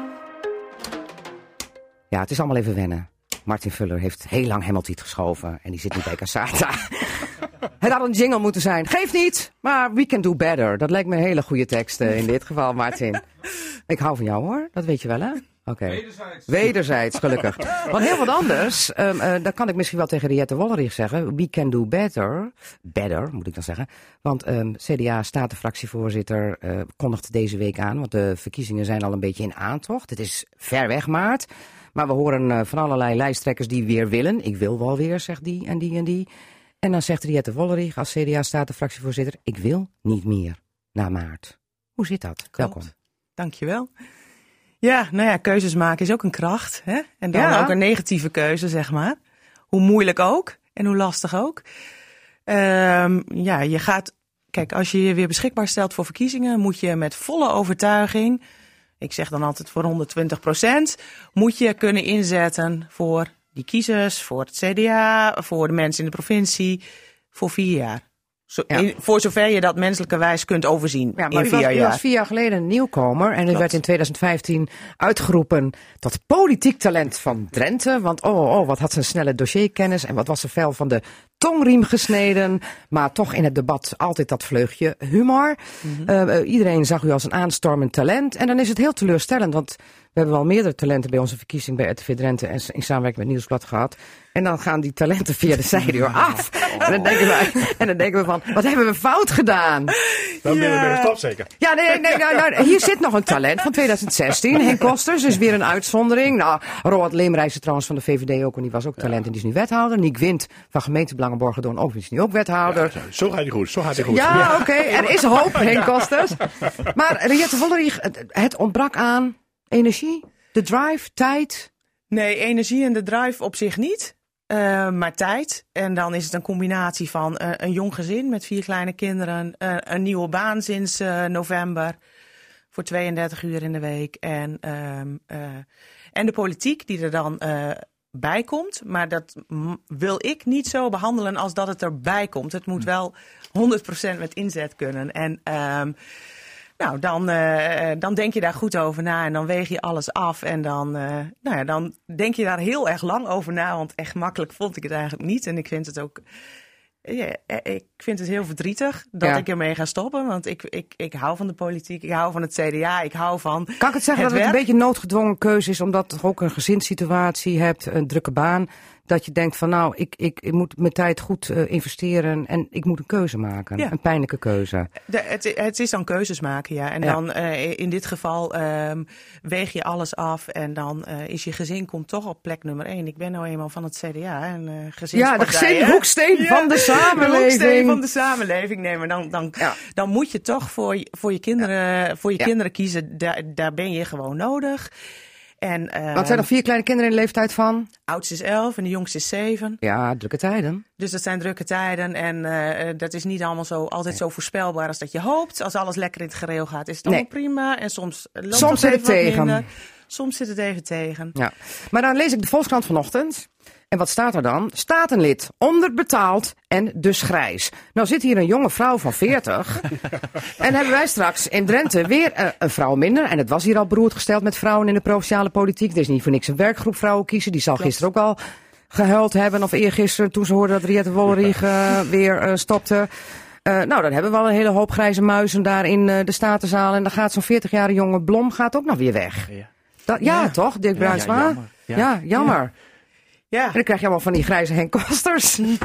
Speaker 1: Ja, het is allemaal even wennen. Martin Vuller heeft heel lang Hemmeltiet geschoven en die zit nu bij Cassata. Het had een jingle moeten zijn. Geeft niet, maar we can do better. Dat lijkt me een hele goede tekst in dit geval, Martin. Ik hou van jou hoor, dat weet je wel hè? Oké. Wederzijds, gelukkig. Want heel wat anders, dat kan ik misschien wel tegen Riette Wollerich zeggen. We can do better. Better, moet ik dan zeggen. Want CDA-statenfractievoorzitter kondigt deze week aan. Want de verkiezingen zijn al een beetje in aantocht. Het is ver weg maart. Maar we horen van allerlei lijsttrekkers die weer willen. Ik wil wel weer, zegt die en die en die. En dan zegt Riette Wollerich als CDA-statenfractievoorzitter, ik wil niet meer na maart. Hoe zit dat?
Speaker 9: Klopt.
Speaker 1: Welkom.
Speaker 9: Dankjewel. Ja, nou ja, keuzes maken is ook een kracht. Hè? En dan ook een negatieve keuze, zeg maar. Hoe moeilijk ook en hoe lastig ook. Je gaat... Kijk, als je je weer beschikbaar stelt voor verkiezingen, moet je met volle overtuiging, ik zeg dan altijd voor 120%, moet je kunnen inzetten voor die kiezers, voor het CDA, voor de mensen in de provincie, voor 4 jaar. Voor zover je dat menselijkerwijs kunt overzien in 4 jaar.
Speaker 1: U was 4 jaar geleden een nieuwkomer en u werd in 2015 uitgeroepen tot politiek talent van Drenthe. Want wat had ze een snelle dossierkennis en wat was ze fel van de tongriem gesneden. Maar toch in het debat altijd dat vleugje humor. Mm-hmm. Iedereen zag u als een aanstormend talent. En dan is het heel teleurstellend, want we hebben wel meerdere talenten bij onze verkiezing bij RTV Drenthe en in samenwerking met Nieuwsblad gehad. En dan gaan die talenten via de zijdeur af. En dan denken we van, wat hebben we fout gedaan?
Speaker 7: Dan ben je ermee gestopt zeker?
Speaker 1: Ja, nee, hier zit nog een talent van 2016. Henk Kosters is weer een uitzondering. Nou, Roald Leemreizen trouwens van de VVD ook. En die was ook talent en die is nu wethouder. Niek Wind van gemeente Belangenborgen ook, die is nu ook wethouder.
Speaker 7: Ja, zo gaat hij goed.
Speaker 1: Ja, oké. Er is hoop, Henk Kosters. Maar Riette Wollerig, het ontbrak aan energie, de drive, tijd.
Speaker 9: Nee, energie en de drive op zich niet. Maar tijd. En dan is het een combinatie van een jong gezin met 4 kleine kinderen. Een nieuwe baan sinds november. Voor 32 uur in de week. En de politiek die er dan bij komt. Maar dat wil ik niet zo behandelen als dat het erbij komt. Het moet wel 100% met inzet kunnen. En dan denk je daar goed over na en dan weeg je alles af. En dan denk je daar heel erg lang over na. Want echt makkelijk vond ik het eigenlijk niet. En ik vind het ook... ik vind het heel verdrietig dat ik ermee ga stoppen. Want ik hou van de politiek, ik hou van het CDA, ik hou van
Speaker 1: Kan ik het zeggen dat het een beetje een noodgedwongen keuze is... omdat je ook een gezinssituatie hebt, een drukke baan... dat je denkt van nou, ik moet mijn tijd goed investeren... en ik moet een keuze maken, een pijnlijke keuze.
Speaker 9: Het is dan keuzes maken, ja. En dan in dit geval weeg je alles af... en dan is je gezin komt toch op plek nummer 1. Ik ben nou eenmaal van het CDA, een gezinspartij.
Speaker 1: Ja, de hoeksteen van de samenleving.
Speaker 9: De hoeksteen van de samenleving. Nee, maar dan moet je toch voor je kinderen kiezen. Daar ben je gewoon nodig.
Speaker 1: Wat zijn er 4 kleine kinderen in de leeftijd van?
Speaker 9: Oudste is 11 en de jongste is 7.
Speaker 1: Ja, drukke tijden.
Speaker 9: Dus dat zijn drukke tijden en dat is niet allemaal altijd zo voorspelbaar als dat je hoopt. Als alles lekker in het gereel gaat, is het allemaal prima. En soms loopt het even tegen. Minder. Soms zit het even tegen. Ja.
Speaker 1: Maar dan lees ik de Volkskrant vanochtend. En wat staat er dan? Statenlid, onderbetaald en dus grijs. Nou zit hier een jonge vrouw van 40. En hebben wij straks in Drenthe weer een vrouw minder. En het was hier al beroerd gesteld met vrouwen in de provinciale politiek. Er is niet voor niks een werkgroep vrouwen kiezen. Die zal gisteren ook al gehuild hebben. Of eergisteren toen ze hoorden dat Riette Wollerig weer stopte. Dan hebben we al een hele hoop grijze muizen daar in de Statenzaal. En dan gaat zo'n 40-jarige jonge Blom gaat ook nog weer weg. Toch, Dirk Bruinsma? Ja, jammer. Ja. En dan krijg je allemaal van die grijze Henk Kosters. Nee,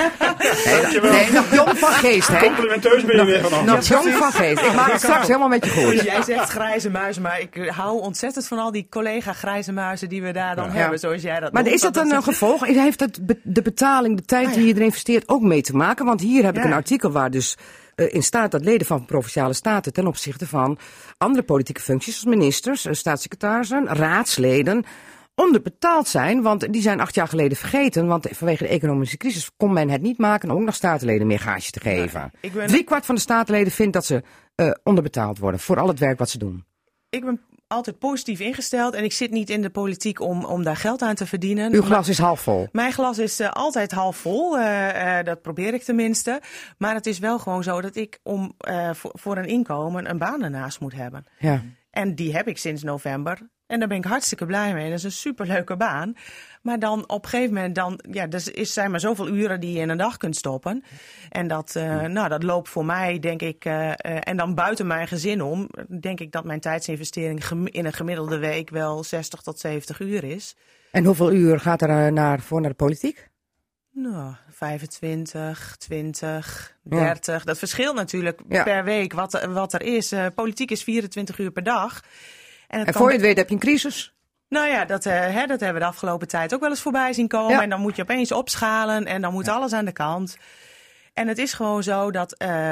Speaker 1: nog jong van geest, hè?
Speaker 7: Complimenteus ben je weer vanaf.
Speaker 1: Nog jong van geest. Ik maak het straks helemaal met je goed.
Speaker 9: Jij zegt grijze muizen, maar ik hou ontzettend van al die collega grijze muizen die we daar dan hebben, zoals jij dat
Speaker 1: Maar
Speaker 9: noemt.
Speaker 1: is dat een gevolg? Heeft het de betaling, de tijd die je erin investeert ook mee te maken? Want hier heb ik een artikel waar dus in staat dat leden van provinciale staten ten opzichte van andere politieke functies, zoals ministers, staatssecretarissen, raadsleden, onderbetaald zijn, want die zijn 8 jaar geleden vergeten. Want vanwege de economische crisis kon men het niet maken om ook nog statenleden meer gage te geven. 3/4 van de statenleden vindt dat ze onderbetaald worden voor al het werk wat ze doen.
Speaker 9: Ik ben altijd positief ingesteld en ik zit niet in de politiek om daar geld aan te verdienen.
Speaker 1: Uw glas is half vol.
Speaker 9: Mijn glas is altijd half vol. Dat probeer ik tenminste. Maar het is wel gewoon zo dat ik voor een inkomen een baan ernaast moet hebben. Ja. En die heb ik sinds november. En daar ben ik hartstikke blij mee. Dat is een superleuke baan. Maar dan op een gegeven moment, zijn maar zoveel uren die je in een dag kunt stoppen. En dat loopt voor mij, denk ik, en dan buiten mijn gezin om, denk ik dat mijn tijdsinvestering in een gemiddelde week wel 60 tot 70 uur is.
Speaker 1: En hoeveel uur gaat er naar de politiek?
Speaker 9: Nou, 25, 20, 30. Ja. Dat verschilt natuurlijk per week wat er is. Politiek is 24 uur per dag.
Speaker 1: En voor je het weet heb je een crisis?
Speaker 9: Nou ja, dat hebben we de afgelopen tijd ook wel eens voorbij zien komen. Ja. En dan moet je opeens opschalen en dan moet alles aan de kant. En het is gewoon zo dat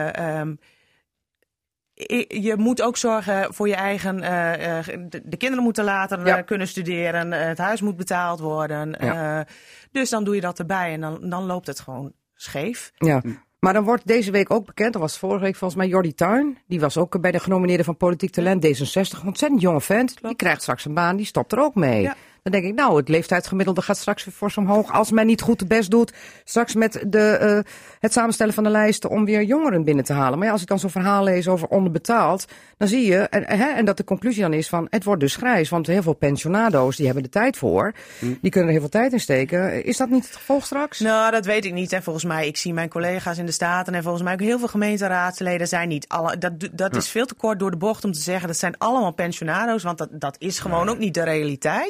Speaker 9: je moet ook zorgen voor je eigen... de kinderen moeten later kunnen studeren. Het huis moet betaald worden. Ja. Dus dan doe je dat erbij en dan loopt het gewoon scheef. Ja.
Speaker 1: Maar dan wordt deze week ook bekend, dat was vorige week volgens mij Jordi Tuin. Die was ook bij de genomineerde van Politiek Talent D66. Ontzettend jonge vent. Klopt. Die krijgt straks een baan, die stopt er ook mee. Ja. Dan denk ik, het leeftijdsgemiddelde gaat straks weer fors omhoog. Als men niet goed de best doet, straks met het samenstellen van de lijsten om weer jongeren binnen te halen. Maar als ik dan zo'n verhaal lees over onderbetaald, dan zie je, en dat de conclusie dan is van, het wordt dus grijs. Want heel veel pensionado's, die hebben de tijd voor. Die kunnen er heel veel tijd in steken. Is dat niet het gevolg straks?
Speaker 9: Nou, dat weet ik niet. En volgens mij, ik zie mijn collega's in de Staten en volgens mij ook heel veel gemeenteraadsleden zijn niet alle. Dat is veel te kort door de bocht om te zeggen, dat zijn allemaal pensionado's. Want dat is gewoon ook niet de realiteit.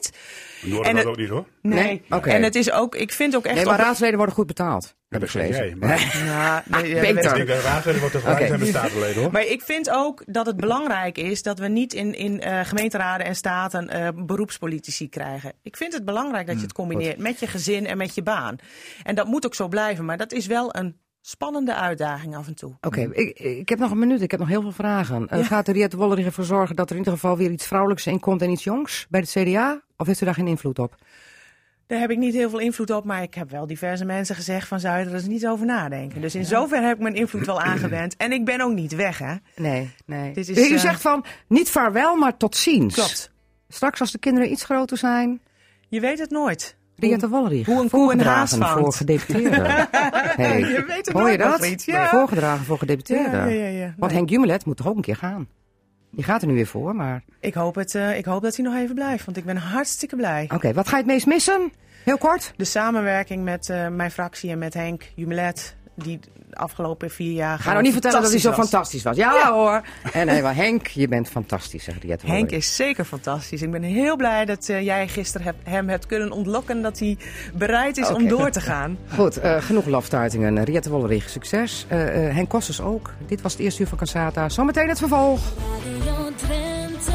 Speaker 7: Noorden dat ook niet hoor.
Speaker 9: Nee.
Speaker 1: Oké.
Speaker 9: En het is ook, ik vind ook echt...
Speaker 1: Nee, maar raadsleden worden goed betaald.
Speaker 7: Ja, dat zeg jij.
Speaker 9: Ja,
Speaker 1: Beter.
Speaker 7: Ik denk dat raadsleden wordt tegelijk zijn met statenleden hoor.
Speaker 9: Maar ik vind ook dat het belangrijk is dat we niet in gemeenteraden en staten beroepspolitici krijgen. Ik vind het belangrijk dat je het combineert met je gezin en met je baan. En dat moet ook zo blijven, maar dat is wel een spannende uitdaging af en toe.
Speaker 1: Oké, ik heb nog een minuut. Ik heb nog heel veel vragen. Gaat Riette Wollerig ervoor zorgen dat er in ieder geval weer iets vrouwelijks in komt en iets jongs bij het CDA? Of heeft u daar geen invloed op?
Speaker 9: Daar heb ik niet heel veel invloed op, maar ik heb wel diverse mensen gezegd van zou je er eens niet over nadenken. Dus in zover heb ik mijn invloed wel aangewend. En ik ben ook niet weg, hè.
Speaker 1: Nee.
Speaker 9: Dit is,
Speaker 1: U zegt van, niet vaarwel, maar tot ziens.
Speaker 9: Klopt.
Speaker 1: Straks als de kinderen iets groter zijn.
Speaker 9: Je weet het nooit.
Speaker 1: Riette Wollerig,
Speaker 9: hoe een koe een haas
Speaker 1: voorgedragen voor
Speaker 9: vangt.
Speaker 1: gedeputeerden. Hey,
Speaker 9: Je weet het
Speaker 1: hoor je
Speaker 9: nooit,
Speaker 1: dat?
Speaker 9: Margriet, ja.
Speaker 1: Voorgedragen voor gedeputeerden.
Speaker 9: Ja.
Speaker 1: Want Henk Jumelet moet toch ook een keer gaan? Die gaat er nu weer voor, maar...
Speaker 9: Ik hoop dat hij nog even blijft, want ik ben hartstikke blij.
Speaker 1: Oké, wat ga je het meest missen? Heel kort.
Speaker 9: De samenwerking met mijn fractie en met Henk Jumelet, die de afgelopen 4 jaar...
Speaker 1: Ga nou niet vertellen dat hij zo
Speaker 9: was.
Speaker 1: fantastisch was. Ja hoor. En nee, maar Henk, je bent fantastisch, zegt Riette
Speaker 9: Henk
Speaker 1: Wollerig.
Speaker 9: is zeker fantastisch. Ik ben heel blij dat jij gisteren hem hebt kunnen ontlokken dat hij bereid is om door te gaan.
Speaker 1: Goed, genoeg loftuitingen. Riette Wollerig, succes. Henk Kossers ook. Dit was het eerste uur van Cassata. Zometeen het vervolg.
Speaker 6: Radio Drenthe.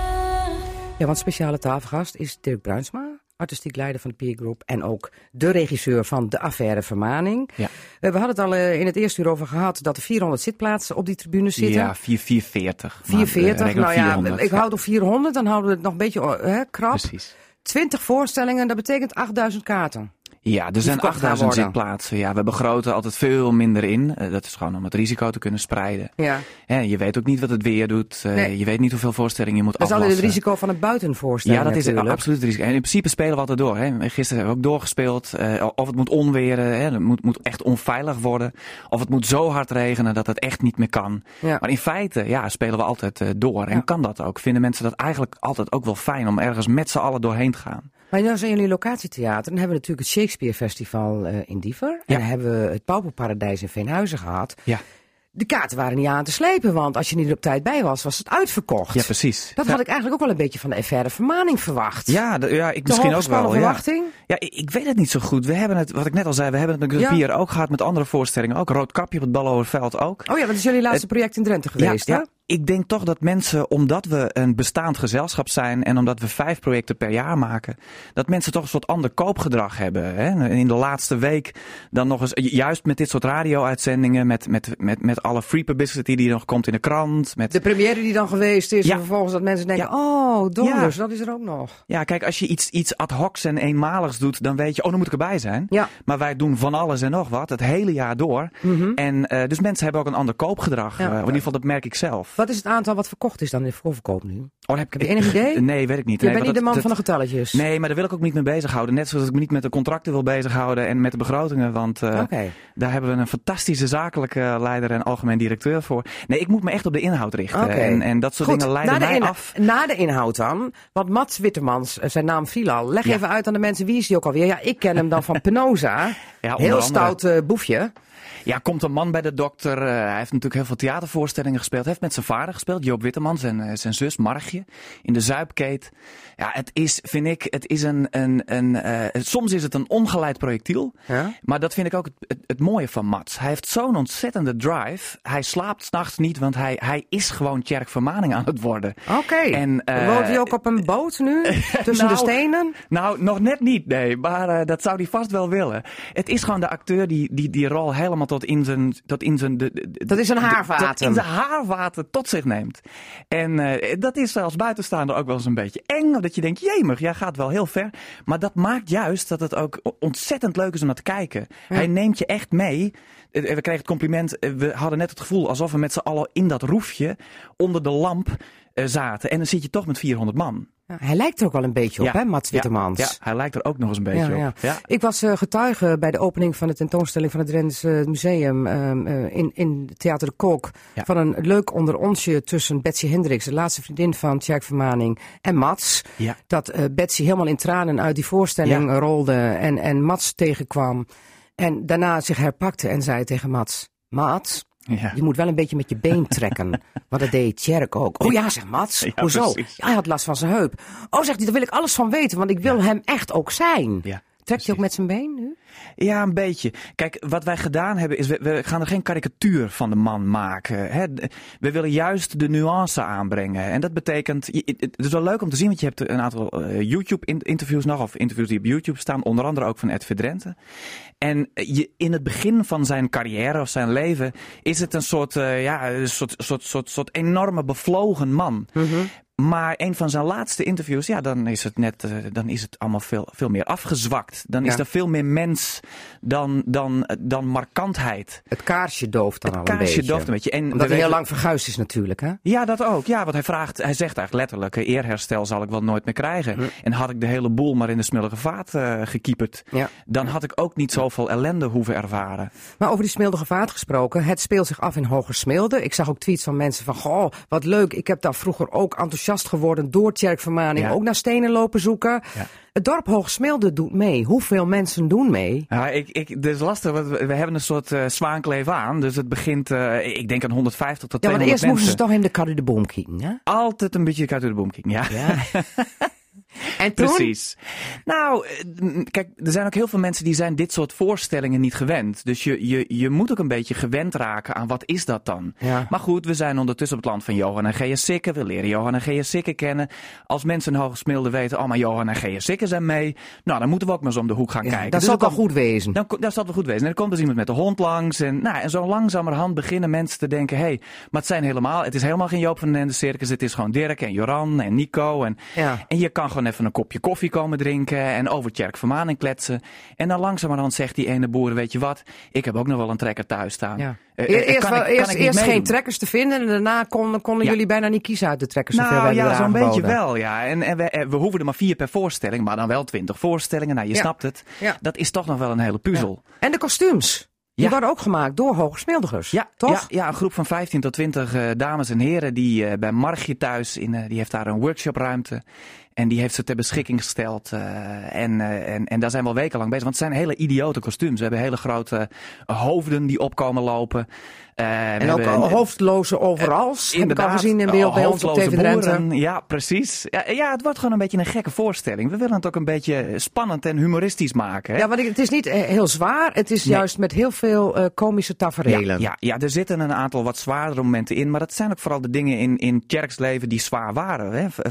Speaker 1: Ja, want speciale tafelgast is Dirk Bruinsma, artistiek leider van de Peer Group en ook de regisseur van de affaire Vermaning.
Speaker 3: Ja.
Speaker 1: We hadden het al in het eerste uur over gehad dat er 400 zitplaatsen op die tribunes zitten.
Speaker 3: Ja, 440.
Speaker 1: 440, nou ja,
Speaker 3: 400.
Speaker 1: ik houd op 400, dan houden we het nog een beetje krap.
Speaker 3: Precies.
Speaker 1: 20 voorstellingen, dat betekent 8000 kaarten.
Speaker 3: Ja, er zijn
Speaker 1: verkocht gaan
Speaker 3: 8000
Speaker 1: worden.
Speaker 3: zitplaatsen. Ja, we begroten altijd veel minder in. Dat is gewoon om het risico te kunnen spreiden.
Speaker 1: Ja.
Speaker 3: Je weet ook niet wat het weer doet.
Speaker 1: Nee.
Speaker 3: Je weet niet hoeveel voorstellingen je moet
Speaker 1: Dat is
Speaker 3: aflassen.
Speaker 1: altijd het risico van het buitenvoorstelling.
Speaker 3: Ja, dat is
Speaker 1: natuurlijk.
Speaker 3: absoluut het risico. En in principe spelen we altijd door. Hè. Gisteren hebben we ook doorgespeeld. Of het moet onweren, het moet echt onveilig worden. Of het moet zo hard regenen dat het echt niet meer kan.
Speaker 1: Ja.
Speaker 3: Maar in feite spelen we altijd door. En kan dat ook. Vinden mensen dat eigenlijk altijd ook wel fijn om ergens met z'n allen doorheen te gaan.
Speaker 1: Maar nu zijn jullie locatietheater. Dan hebben we natuurlijk het Shakespeare Festival in Diever. En
Speaker 3: Ja.
Speaker 1: dan hebben we het Pauperparadijs in Veenhuizen gehad.
Speaker 3: Ja.
Speaker 1: De kaarten waren niet aan te slepen, want als je niet op tijd bij was, was het uitverkocht.
Speaker 3: Ja, precies.
Speaker 1: Dat had ik eigenlijk ook wel een beetje van de affaire Vermaning verwacht.
Speaker 3: Ja, ik
Speaker 1: De
Speaker 3: misschien ook
Speaker 1: hooggespannen
Speaker 3: wel. Ja.
Speaker 1: verwachting.
Speaker 3: Ja, ik weet het niet zo goed. We hebben het, wat ik net al zei, we hebben het met
Speaker 1: Ja.
Speaker 3: Pier ook gehad met andere voorstellingen. Ook Roodkapje op het Balloverveld ook.
Speaker 1: Oh ja, dat is jullie laatste project in Drenthe geweest, hè?
Speaker 3: Ja, ik denk toch dat mensen, omdat we een bestaand gezelschap zijn en omdat we 5 projecten per jaar maken, dat mensen toch een soort ander koopgedrag hebben. Hè? En in de laatste week dan nog eens, juist met dit soort radio-uitzendingen, met alle free publicity die nog komt in de krant. Met...
Speaker 1: De première die dan geweest is,
Speaker 3: Ja.
Speaker 1: en vervolgens dat mensen denken,
Speaker 3: Ja.
Speaker 1: oh, donders,
Speaker 3: Ja.
Speaker 1: dat is er ook nog.
Speaker 3: Ja, kijk, als je iets ad hocs en eenmaligs doet, dan weet je, dan moet ik erbij zijn.
Speaker 1: Ja.
Speaker 3: Maar wij doen van alles en nog wat, het hele jaar door. En dus mensen hebben ook een ander koopgedrag.
Speaker 1: Ja.
Speaker 3: In ieder geval, dat merk ik zelf.
Speaker 1: Wat is het aantal wat verkocht is dan in de voorverkoop nu?
Speaker 3: Oh,
Speaker 1: Heb je enig idee?
Speaker 3: Nee, weet ik niet.
Speaker 1: Je
Speaker 3: Nee,
Speaker 1: bent niet de
Speaker 3: want
Speaker 1: man van de getalletjes.
Speaker 3: Nee, maar daar wil ik ook niet mee bezighouden. Net zoals ik me niet met de contracten wil bezighouden en met de begrotingen. Want
Speaker 1: Oké.
Speaker 3: daar hebben we een fantastische zakelijke leider en algemeen directeur voor. Nee, ik moet me echt op de inhoud richten.
Speaker 1: Oké.
Speaker 3: En dat soort dingen leiden mij af.
Speaker 1: Na de inhoud dan, want Mats Wittemans, zijn naam viel al. Leg
Speaker 3: Ja.
Speaker 1: even uit aan de mensen, wie is die ook alweer? Ja, ik ken hem dan van Penosa.
Speaker 3: Ja, onder
Speaker 1: Heel
Speaker 3: andere.
Speaker 1: stout boefje.
Speaker 3: Ja, komt een man bij de dokter. Hij heeft natuurlijk heel veel theatervoorstellingen gespeeld. Hij heeft met zijn vader gespeeld, Joop Wittemans, en zijn zus Margje in de Zuipkeet. Ja, het is, vind ik, het is soms is het een ongeleid projectiel.
Speaker 1: Ja?
Speaker 3: Maar dat vind ik ook het mooie van Mats. Hij heeft zo'n ontzettende drive. Hij slaapt 's nachts niet, want hij is gewoon Tjerk Vermaning aan het worden.
Speaker 1: Oké.
Speaker 3: En,
Speaker 1: Woont hij ook op een boot nu? Tussen de
Speaker 3: nou,
Speaker 1: stenen?
Speaker 3: Nou, nog net niet, nee. Maar dat zou hij vast wel willen. Het is gewoon de acteur die rol helemaal tot in zijn...
Speaker 1: Dat is een haarvaten.
Speaker 3: Tot in zijn haarvaten tot zich neemt. En dat is als buitenstaander ook wel eens een beetje eng. Dat je denkt, jemig, jij gaat wel heel ver. Maar dat maakt juist dat het ook ontzettend leuk is om naar te kijken.
Speaker 1: Ja.
Speaker 3: Hij neemt je echt mee. We kregen het compliment. We hadden net het gevoel alsof we met z'n allen in dat roefje onder de lamp zaten. En dan zit je toch met 400 man.
Speaker 1: Ja, hij lijkt er ook wel een beetje op, hè, Mats Wittemans?
Speaker 3: Ja, hij lijkt er ook nog eens een beetje
Speaker 1: Ja.
Speaker 3: op. Ja.
Speaker 1: Ik was getuige bij de opening van de tentoonstelling van het Drents Museum in Theater de Kolk.
Speaker 3: Ja.
Speaker 1: Van een leuk onder onsje tussen Betsy Hendricks, de laatste vriendin van Tjerk Vermaning, en Mats.
Speaker 3: Ja.
Speaker 1: Dat Betsy helemaal in tranen uit die voorstelling rolde en Mats tegenkwam. En daarna zich herpakte en zei tegen Mats, Mats,
Speaker 3: Ja.
Speaker 1: Je moet wel een beetje met je been trekken. Want dat deed Tjerk ook. Oh ja, zegt Mats.
Speaker 3: Ja,
Speaker 1: Hoezo?
Speaker 3: precies.
Speaker 1: Ja, hij had last van zijn heup. Oh, zegt hij, daar wil ik alles van weten. Want ik wil hem echt ook zijn.
Speaker 3: Ja,
Speaker 1: Trekt hij ook met zijn been nu?
Speaker 3: Ja, een beetje. Kijk, wat wij gedaan hebben is, we gaan er geen karikatuur van de man maken. Hè. We willen juist de nuance aanbrengen. En dat betekent, het is wel leuk om te zien, want je hebt een aantal YouTube-interviews nog, of interviews die op YouTube staan, onder andere ook van Ed Verdrenthe. En in het begin van zijn carrière of zijn leven is het een soort enorme bevlogen man. Mm-hmm. Maar een van zijn laatste interviews, ja, dan is het allemaal veel meer afgezwakt. Dan is er veel meer mens dan markantheid.
Speaker 1: Het kaarsje dooft dan al een beetje.
Speaker 3: Het kaarsje dooft een beetje. En
Speaker 1: omdat hij heel lang verguisd is natuurlijk, hè?
Speaker 3: Ja, dat ook. Ja, want hij zegt eigenlijk letterlijk, eerherstel zal ik wel nooit meer krijgen. En had ik de hele boel maar in de smullige vaat gekieperd, dan had ik ook niet zoveel ellende hoeven ervaren.
Speaker 1: Maar over die smildige vaat gesproken, het speelt zich af in Hogersmilde. Ik zag ook tweets van mensen van, goh, wat leuk, ik heb daar vroeger ook enthousiast geworden door Tjerk Vermaning, ook naar stenen lopen zoeken. Ja. Het dorp Hogesmilde doet mee. Hoeveel mensen doen mee?
Speaker 3: Ja, het is lastig, want we hebben een soort zwaankleef aan. Dus het begint, ik denk aan 150 tot 200 mensen.
Speaker 1: Ja, maar eerst moesten ze toch in de Carré de Boom kijken, hè?
Speaker 3: Altijd een beetje de Carré de Boom kijken, ja.
Speaker 1: En toen?
Speaker 3: Precies. Nou, kijk, er zijn ook heel veel mensen die zijn dit soort voorstellingen niet gewend. Dus je moet ook een beetje gewend raken aan wat is dat dan. Ja. Maar goed, we zijn ondertussen op het land van Johan en Gea Sikke. We leren Johan en Gea Sikke kennen. Als mensen in Hogesmilde weten, oh maar Johan en Gea Sikke zijn mee. Nou, dan moeten we ook maar eens om de hoek gaan kijken.
Speaker 1: Dat zal wel goed wezen.
Speaker 3: Dat zal wel goed wezen. En er komt dus iemand met de hond langs. En zo langzamerhand beginnen mensen te denken, maar het is helemaal geen Joop van den Ende circus. Het is gewoon Dirk en Joran en Nico. En je kan gewoon even een kopje koffie komen drinken en over Tjerk Vermaning kletsen. En dan langzamerhand zegt die ene boer, weet je wat, ik heb ook nog wel een trekker thuis staan. Ja.
Speaker 1: Eerst geen trekkers te vinden en daarna konden jullie bijna niet kiezen uit de trekkers.
Speaker 3: Nou ja, zo'n beetje wel, ja. En we hoeven er maar 4 per voorstelling, maar dan wel 20 voorstellingen. Nou, je snapt het. Ja. Dat is toch nog wel een hele puzzel.
Speaker 1: Ja. En de kostuums. Die worden ook gemaakt door Hogesmildigers, toch?
Speaker 3: Ja, een groep van 15 tot 20 dames en heren die bij Margje thuis, die heeft daar een workshopruimte. En die heeft ze ter beschikking gesteld. En daar zijn we al wekenlang bezig. Want het zijn hele idiote kostuums. We hebben hele grote hoofden die opkomen lopen.
Speaker 1: En ook hoofdloze overals. Heb ik al gezien in beeld bij ons op TV Drenthe.
Speaker 3: Ja, precies. Ja, het wordt gewoon een beetje een gekke voorstelling. We willen het ook een beetje spannend en humoristisch maken. Hè?
Speaker 1: Ja, want het is niet heel zwaar. Het is juist met heel veel komische taferelen.
Speaker 3: Ja, er zitten een aantal wat zwaardere momenten in. Maar dat zijn ook vooral de dingen in Tjerks leven die zwaar waren.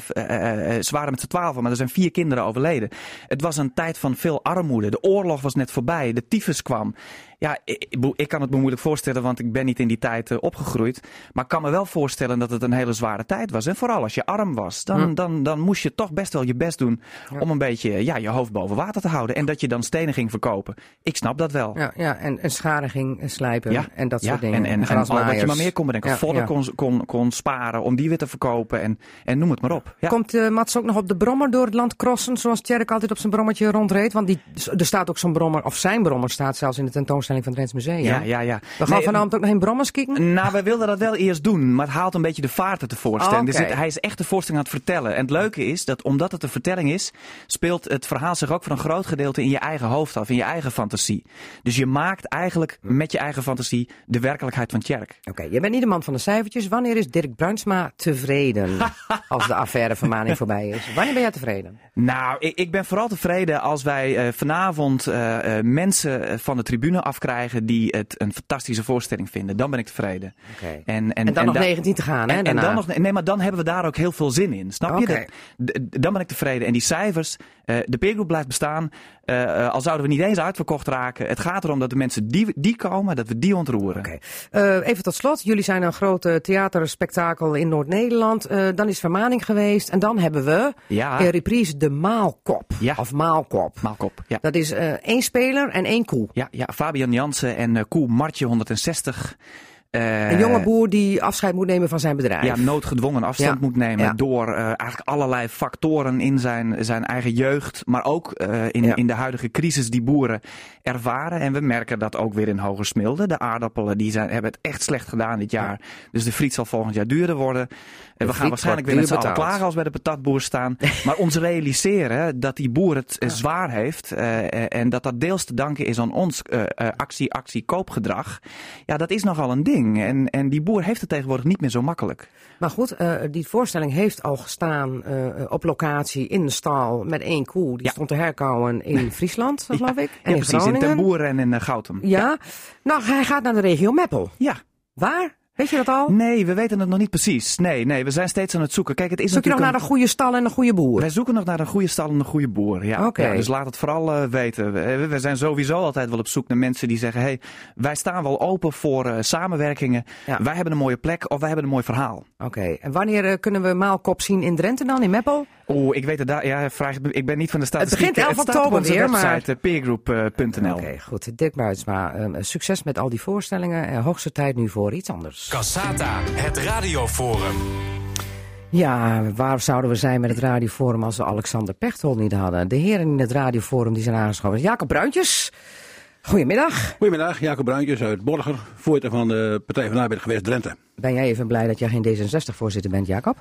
Speaker 3: Hè? Zwaar met z'n 12, maar er zijn 4 kinderen overleden. Het was een tijd van veel armoede. De oorlog was net voorbij. De tyfus kwam. Ja, ik kan het me moeilijk voorstellen, want ik ben niet in die tijd opgegroeid. Maar ik kan me wel voorstellen dat het een hele zware tijd was. En vooral als je arm was, dan moest je toch best wel je best doen om een beetje je hoofd boven water te houden. En dat je dan stenen ging verkopen. Ik snap dat wel.
Speaker 1: Ja, en scharen ging slijpen en dat soort dingen.
Speaker 3: En al wat je maar meer kon bedenken. Vodden kon sparen om die weer te verkopen en noem het maar op. Ja.
Speaker 1: Komt Mats ook nog op de brommer door het land crossen, zoals Tjerk altijd op zijn brommertje rondreed? Want er staat ook zo'n brommer, of zijn brommer staat zelfs in de tentoonstelling van het Drents Museum.
Speaker 3: Ja.
Speaker 1: We gaan vanavond ook nog in brommers kijken?
Speaker 3: Nou, wij wilden dat wel eerst doen, maar het haalt een beetje de vaart uit de voorstelling. Dus hij is echt de voorstelling aan het vertellen. En het leuke is dat omdat het een vertelling is, speelt het verhaal zich ook voor een groot gedeelte in je eigen hoofd af, in je eigen fantasie. Dus je maakt eigenlijk met je eigen fantasie de werkelijkheid van Tjerk.
Speaker 1: Oké, je bent niet de man van de cijfertjes. Wanneer is Dirk Bruinsma tevreden als de affaire Vermaning voorbij is? Wanneer ben jij tevreden?
Speaker 3: Nou, ik ben vooral tevreden als wij vanavond mensen van de tribune afkrijgen die het een fantastische voorstelling vinden. Dan ben ik tevreden.
Speaker 1: Okay. En dan nog 19 te gaan, hè?
Speaker 3: Maar dan hebben we daar ook heel veel zin in. Snap je? Dan ben ik tevreden. En die cijfers, de peergroep blijft bestaan. Al zouden we niet eens uitverkocht raken. Het gaat erom dat de mensen die komen, dat we die ontroeren.
Speaker 1: Okay. Even tot slot. Jullie zijn een groot theaterspektakel in Noord-Nederland. Dan is Vermaning geweest. En dan hebben we in reprise de Maalkop. Ja. Of Maalkop.
Speaker 3: Maalkop, ja.
Speaker 1: Dat is 1 speler en 1 koe.
Speaker 3: Ja, Fabian Jansen en koe Martje 160.
Speaker 1: Een jonge boer die afscheid moet nemen van zijn bedrijf.
Speaker 3: Ja, noodgedwongen afstand moet nemen door eigenlijk allerlei factoren in zijn eigen jeugd. Maar ook in de huidige crisis die boeren ervaren. En we merken dat ook weer in Hogersmilde. De aardappelen hebben het echt slecht gedaan dit jaar. Ja. Dus de friet zal volgend jaar duurder worden. En we gaan waarschijnlijk weer met z'n allen klagen als we bij de patatboer staan. Maar ons realiseren dat die boer het zwaar heeft. En dat deels te danken is aan ons actie-koopgedrag. Ja, dat is nogal een ding. ding. En die boer heeft het tegenwoordig niet meer zo makkelijk.
Speaker 1: Maar goed, die voorstelling heeft al gestaan op locatie in de stal met 1 koe. Die stond te herkauwen in Friesland, geloof ik. En
Speaker 3: ja,
Speaker 1: in
Speaker 3: precies,
Speaker 1: Groningen.
Speaker 3: in Ten Boer en in Gautum.
Speaker 1: Ja. Nou, hij gaat naar de regio Meppel.
Speaker 3: Ja.
Speaker 1: Waar? Weet je dat al?
Speaker 3: Nee, we weten het nog niet precies. Nee, we zijn steeds aan het zoeken. Kijk, het is
Speaker 1: Zoek je nog naar een goede stal en een goede boer?
Speaker 3: Wij zoeken nog naar een goede stal en een goede boer. Ja.
Speaker 1: Okay.
Speaker 3: Ja, dus laat het vooral weten. We zijn sowieso altijd wel op zoek naar mensen die zeggen... hey, wij staan wel open voor samenwerkingen. Ja. Wij hebben een mooie plek of wij hebben een mooi verhaal.
Speaker 1: Oké. En wanneer kunnen we Maalkop zien in Drenthe dan, in Meppel?
Speaker 3: Ik weet het daar. Ja, ik ben niet van de statistiek.
Speaker 1: Het begint 11 oktober weer, maar...
Speaker 3: Het staat op onze website peergroup.nl.
Speaker 1: Oké, goed. Dirk Buitsma, succes met al die voorstellingen. Hoogste tijd nu voor iets anders.
Speaker 2: Cassata, het radioforum.
Speaker 1: Ja, waar zouden we zijn met het radioforum als we Alexander Pechtold niet hadden? De heren in het radioforum die zijn aangeschoven. Jacob Bruintjes, goedemiddag.
Speaker 10: Goedemiddag, Jacob Bruintjes uit Borger, voorzitter van de Partij van de Arbeid geweest Drenthe.
Speaker 1: Ben jij even blij dat jij geen D66-voorzitter bent, Jacob?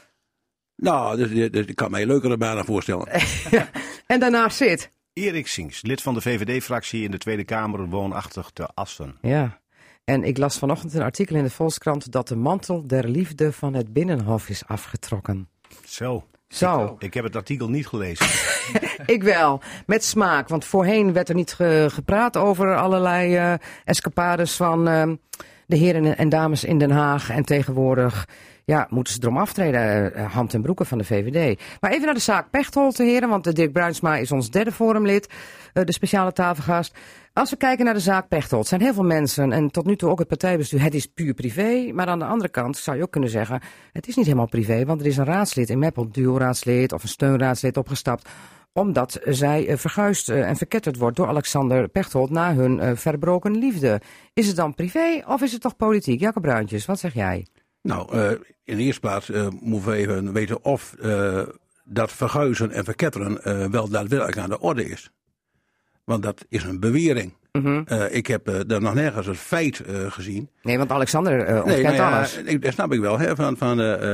Speaker 10: Nou, dus ik kan mij leukere banen voorstellen.
Speaker 1: En daarnaast zit?
Speaker 11: Erik Sings, lid van de VVD-fractie in de Tweede Kamer, woonachtig te Assen.
Speaker 1: Ja, en ik las vanochtend een artikel in de Volkskrant dat de mantel der liefde van het Binnenhof is afgetrokken.
Speaker 11: Zo. Ik heb het artikel niet gelezen.
Speaker 1: Ik wel, met smaak. Want voorheen werd er niet gepraat over allerlei escapades van de heren en dames in Den Haag. En tegenwoordig moeten ze erom aftreden, hand en broeken van de VVD. Maar even naar de zaak Pechtold, heren, want Dirk Bruinsma is ons derde forumlid, de speciale tafelgast. Als we kijken naar de zaak Pechtold, zijn heel veel mensen, en tot nu toe ook het partijbestuur, het is puur privé. Maar aan de andere kant zou je ook kunnen zeggen, het is niet helemaal privé, want er is een raadslid in Meppel, duo-raadslid of een steunraadslid opgestapt, omdat zij verguisd en verketterd wordt door Alexander Pechtold na hun verbroken liefde. Is het dan privé of is het toch politiek? Jacob Bruintjes, wat zeg jij?
Speaker 10: Nou, in de eerste plaats moeten we even weten of dat verguizen en verketteren wel daadwerkelijk aan de orde is. Want dat is een bewering.
Speaker 1: Mm-hmm.
Speaker 10: Ik heb daar nog nergens het feit gezien.
Speaker 1: Nee, want Alexander ontkent alles.
Speaker 10: Dat snap ik wel. Hè, van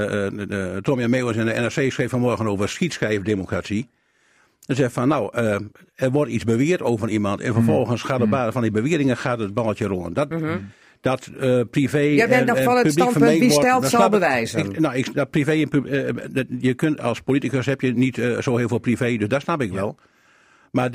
Speaker 10: Tommy Meeuwis en de NRC schreef vanmorgen over schietschijfdemocratie. En zegt van er wordt iets beweerd over iemand. En vervolgens gaat op basis van die beweringen gaat het balletje rollen. Dat privé.
Speaker 1: Jij bent nog van het standpunt wie stelt zal bewijzen.
Speaker 10: Dat privé je kunt als politicus heb je niet zo heel veel privé, dus dat snap ik wel. Maar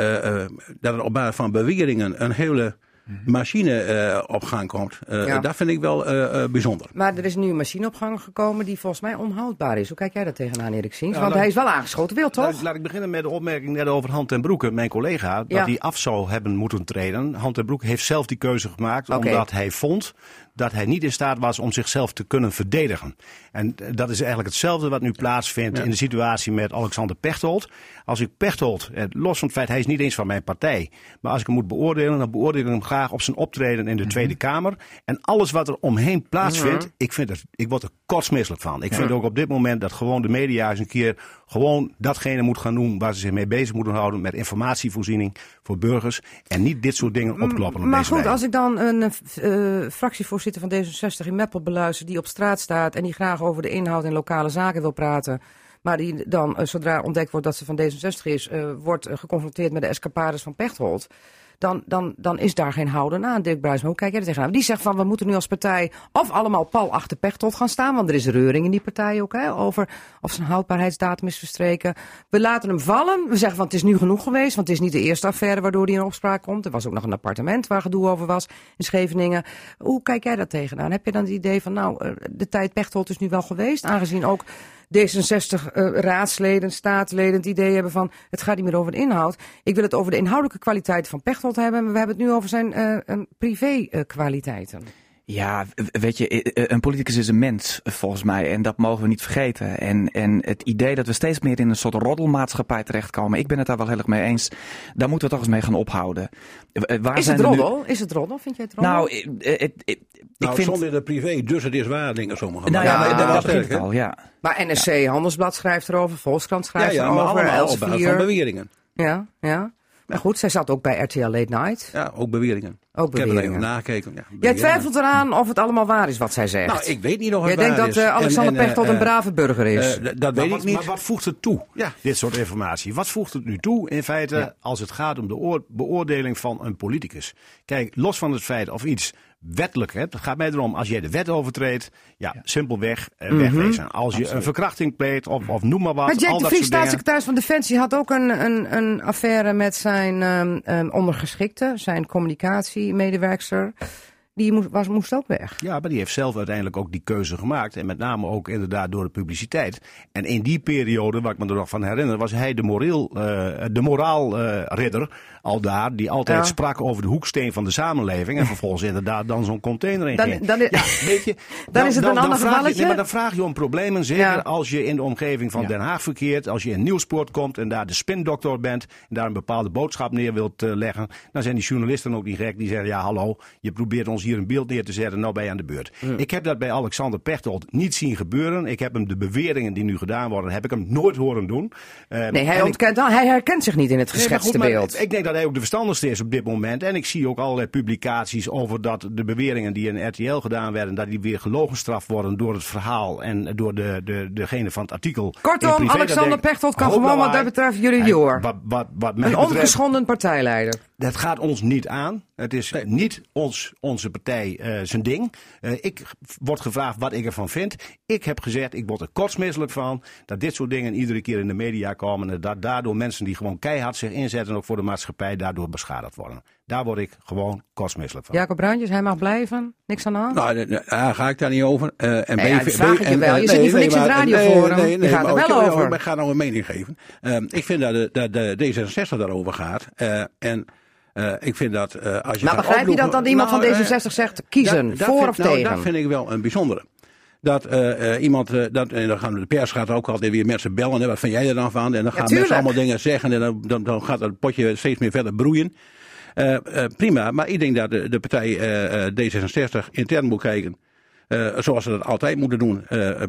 Speaker 10: dat er op basis van beweringen een hele machine op gang komt, dat vind ik wel bijzonder.
Speaker 1: Maar er is nu een machine op gang gekomen die volgens mij onhoudbaar is. Hoe kijk jij daar tegenaan, Erik Sings? Want hij is wel aangeschoten wild, toch?
Speaker 11: Laat ik beginnen met de opmerking net over Han ten Broeke, mijn collega, dat hij af zou hebben moeten treden. Han ten Broeke heeft zelf die keuze gemaakt, omdat hij vond dat hij niet in staat was om zichzelf te kunnen verdedigen. En dat is eigenlijk hetzelfde wat nu plaatsvindt in de situatie met Alexander Pechtold. Als ik Pechtold, los van het feit, hij is niet eens van mijn partij, maar als ik hem moet beoordelen, dan beoordeel ik hem graag op zijn optreden in de Tweede Kamer. En alles wat er omheen plaatsvindt, ik word er kotsmisselijk van. Ik vind ook op dit moment dat gewoon de media eens een keer gewoon datgene moet gaan doen waar ze zich mee bezig moeten houden, met informatievoorziening voor burgers en niet dit soort dingen opkloppen.
Speaker 1: Maar goed, als ik dan een fractievoorzitter van D66 in Meppel beluister die op straat staat en die graag over de inhoud en lokale zaken wil praten, maar die dan, zodra ontdekt wordt dat ze van D66 is, wordt geconfronteerd met de escapades van Pechtold, dan is daar geen houden aan. Dirk Bruinsma, hoe kijk jij er tegenaan? Die zegt van, we moeten nu als partij of allemaal pal achter Pechtold gaan staan, want er is reuring in die partij ook, over of zijn houdbaarheidsdatum is verstreken. We laten hem vallen. We zeggen van, het is nu genoeg geweest, want het is niet de eerste affaire waardoor hij in opspraak komt. Er was ook nog een appartement waar gedoe over was in Scheveningen. Hoe kijk jij daar tegenaan? Heb je dan het idee van, de tijd Pechtold is nu wel geweest, aangezien ook D66-raadsleden, staatsleden het idee hebben van, het gaat niet meer over de inhoud. Ik wil het over de inhoudelijke kwaliteiten van Pechtold hebben, maar we hebben het nu over zijn privé-kwaliteiten.
Speaker 3: Ja, weet je, een politicus is een mens, volgens mij. En dat mogen we niet vergeten. En het idee dat we steeds meer in een soort roddelmaatschappij terechtkomen, ik ben het daar wel heel erg mee eens. Daar moeten we toch eens mee gaan ophouden.
Speaker 1: Is het roddel? Is het roddel? Vind jij het roddel?
Speaker 10: Ik vind zonder de privé, dus het is waar, dingen sommigen.
Speaker 3: Dat begint het al, ja.
Speaker 1: Maar NRC Handelsblad schrijft erover, Volkskrant schrijft erover,
Speaker 10: allemaal op basis van beweringen.
Speaker 1: Ja. Maar goed, zij zat ook bij RTL Late Night.
Speaker 10: Ja, ook beweringen.
Speaker 1: Ik heb
Speaker 10: er even nagekeken. Ja,
Speaker 1: jij twijfelt eraan of het allemaal waar is wat zij zegt.
Speaker 10: Nou, ik weet niet of het
Speaker 1: waar is.
Speaker 10: Jij
Speaker 1: denkt dat Alexander Pechtold een brave burger is.
Speaker 10: Dat weet ik niet.
Speaker 11: Maar wat voegt het toe, dit soort informatie? Wat voegt het nu toe in feite als het gaat om de beoordeling van een politicus? Kijk, los van het feit of iets wettelijk. Hè? Het gaat mij erom, als jij de wet overtreedt, simpelweg wegwezen. Als je een verkrachting pleegt of noem maar wat.
Speaker 1: Maar Jack
Speaker 11: al
Speaker 1: de
Speaker 11: dat
Speaker 1: Vries,
Speaker 11: soort dingen.
Speaker 1: staatssecretaris van Defensie, had ook een affaire met zijn ondergeschikte, zijn communicatiemedewerkster. Die moest ook weg.
Speaker 11: Ja, maar die heeft zelf uiteindelijk ook die keuze gemaakt. En met name ook inderdaad door de publiciteit. En in die periode, waar ik me er nog van herinner, was hij de moraalridder al daar. Die altijd sprak over de hoeksteen van de samenleving. En vervolgens inderdaad dan zo'n container in ging.
Speaker 1: Dan is het een ander gevalletje.
Speaker 11: Nee, maar dan vraag je om problemen. Zeker als je in de omgeving van Den Haag verkeert. Als je in Nieuwspoort komt en daar de spindokter bent. En daar een bepaalde boodschap neer wilt leggen. Dan zijn die journalisten ook niet gek. Die zeggen, ja hallo, je probeert ons hier een beeld neer te zetten, nou ben je aan de beurt. Ik heb dat bij Alexander Pechtold niet zien gebeuren. Ik heb hem de beweringen die nu gedaan worden, heb ik hem nooit horen doen.
Speaker 1: Nee, hij herkent zich niet in het geschetste beeld.
Speaker 11: Ik denk dat hij ook de verstandigste is op dit moment. En ik zie ook allerlei publicaties over dat de beweringen die in RTL gedaan werden, dat die weer gelogenstraft worden door het verhaal en door degene van het artikel.
Speaker 1: Kortom, Alexander Pechtold kan gewoon wat dat betreft jullie door. Een ongeschonden partijleider.
Speaker 11: Dat gaat ons niet aan. Het is niet onze partij zijn ding. Ik word gevraagd wat ik ervan vind. Ik heb gezegd, ik word er kotsmisselijk van dat dit soort dingen iedere keer in de media komen. En dat daardoor mensen die gewoon keihard zich inzetten ook voor de maatschappij daardoor beschadigd worden. Daar word ik gewoon kotsmisselijk van.
Speaker 1: Jacob Bruintjes, hij mag blijven. Niks aan de hand?
Speaker 10: Nou, daar ga ik daar niet over.
Speaker 1: Dat vraag ik je wel. Je zit niet voor niks in het radioforum. Je gaat er wel over.
Speaker 10: Ik ga nou een mening geven. Ik vind dat de D66 daarover gaat. Ik vind dat als je.
Speaker 1: Maar begrijp je dat iemand van D66 zegt kiezen, voor of tegen?
Speaker 10: Dat vind ik wel een bijzondere. Dat iemand, en dan gaan de pers gaat ook altijd weer mensen bellen. Hè, wat vind jij er dan van? En dan gaan mensen allemaal dingen zeggen. En dan gaat het potje steeds meer verder broeien. Prima, maar ik denk dat de partij D66 intern moet kijken. Zoals ze dat altijd moeten doen.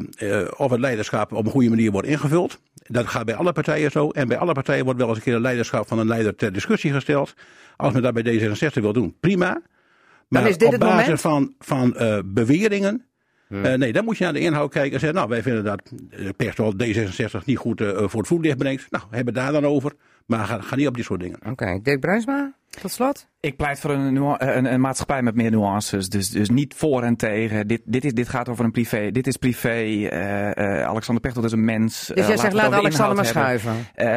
Speaker 10: Of het leiderschap op een goede manier wordt ingevuld. Dat gaat bij alle partijen zo. En bij alle partijen wordt wel eens een keer het leiderschap van een leider ter discussie gesteld. Als men dat bij D66 wil doen, prima. Maar dan is dit op basis van beweringen. Nee, dan moet je naar de inhoud kijken en zeggen, nou, wij vinden dat Pechtold D66 niet goed voor het voetlicht brengt. Nou, hebben daar dan over. Maar ga niet op dit soort dingen.
Speaker 1: Oké, Dirk Bruinsma, tot slot.
Speaker 3: Ik pleit voor een maatschappij met meer nuances. Dus niet voor en tegen. Dit gaat over een privé. Dit is privé. Alexander Pechtold is een mens.
Speaker 1: Dus jij zegt, laat Alexander maar schuiven.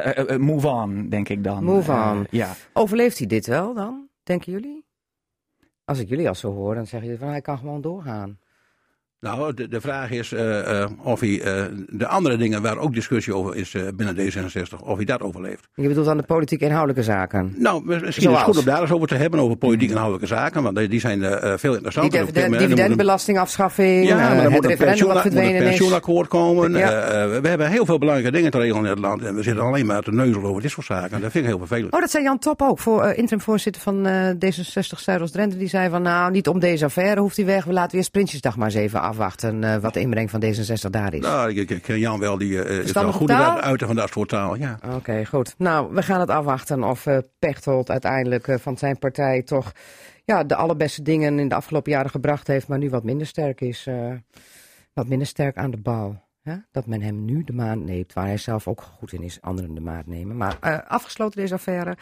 Speaker 3: Move on, denk ik dan.
Speaker 1: Move on.
Speaker 3: Ja.
Speaker 1: Overleeft hij dit wel dan, denken jullie? Als ik jullie al zo hoor, dan zeg je van hij kan gewoon doorgaan.
Speaker 10: Nou, de vraag is of hij de andere dingen waar ook discussie over is binnen D66, of hij dat overleeft.
Speaker 1: Je bedoelt aan de politiek inhoudelijke zaken?
Speaker 10: Nou, misschien is het goed om daar eens over te hebben, over politiek inhoudelijke zaken, want die zijn veel interessanter.
Speaker 1: Die dividendbelastingafschaffing,
Speaker 10: maar er moet
Speaker 1: het referendum wat verdwenen is.
Speaker 10: Er moet een pensioenakkoord komen. We hebben heel veel belangrijke dingen te regelen in het land en we zitten alleen maar te neuzelen over dit soort zaken. Dat vind ik heel vervelend.
Speaker 1: Oh, dat zei Jan Top ook, interim-voorzitter van D66 Zuidoost-Drenthe. Die zei van, nou, niet om deze affaire hoeft hij weg. We laten weer Prinsjesdag maar eens even afwachten wat de inbreng van D66 daar is.
Speaker 10: Nou, ik ken Jan wel, die is wel goed in het uiten van dat soort taal. Ja.
Speaker 1: Oké, goed. Nou, we gaan het afwachten of Pechtold uiteindelijk van zijn partij toch de allerbeste dingen in de afgelopen jaren gebracht heeft, maar nu wat minder sterk is. Wat minder sterk aan de bal. Hè? Dat men hem nu de maand neemt, waar hij zelf ook goed in is, anderen de maand nemen. Maar afgesloten deze affaire.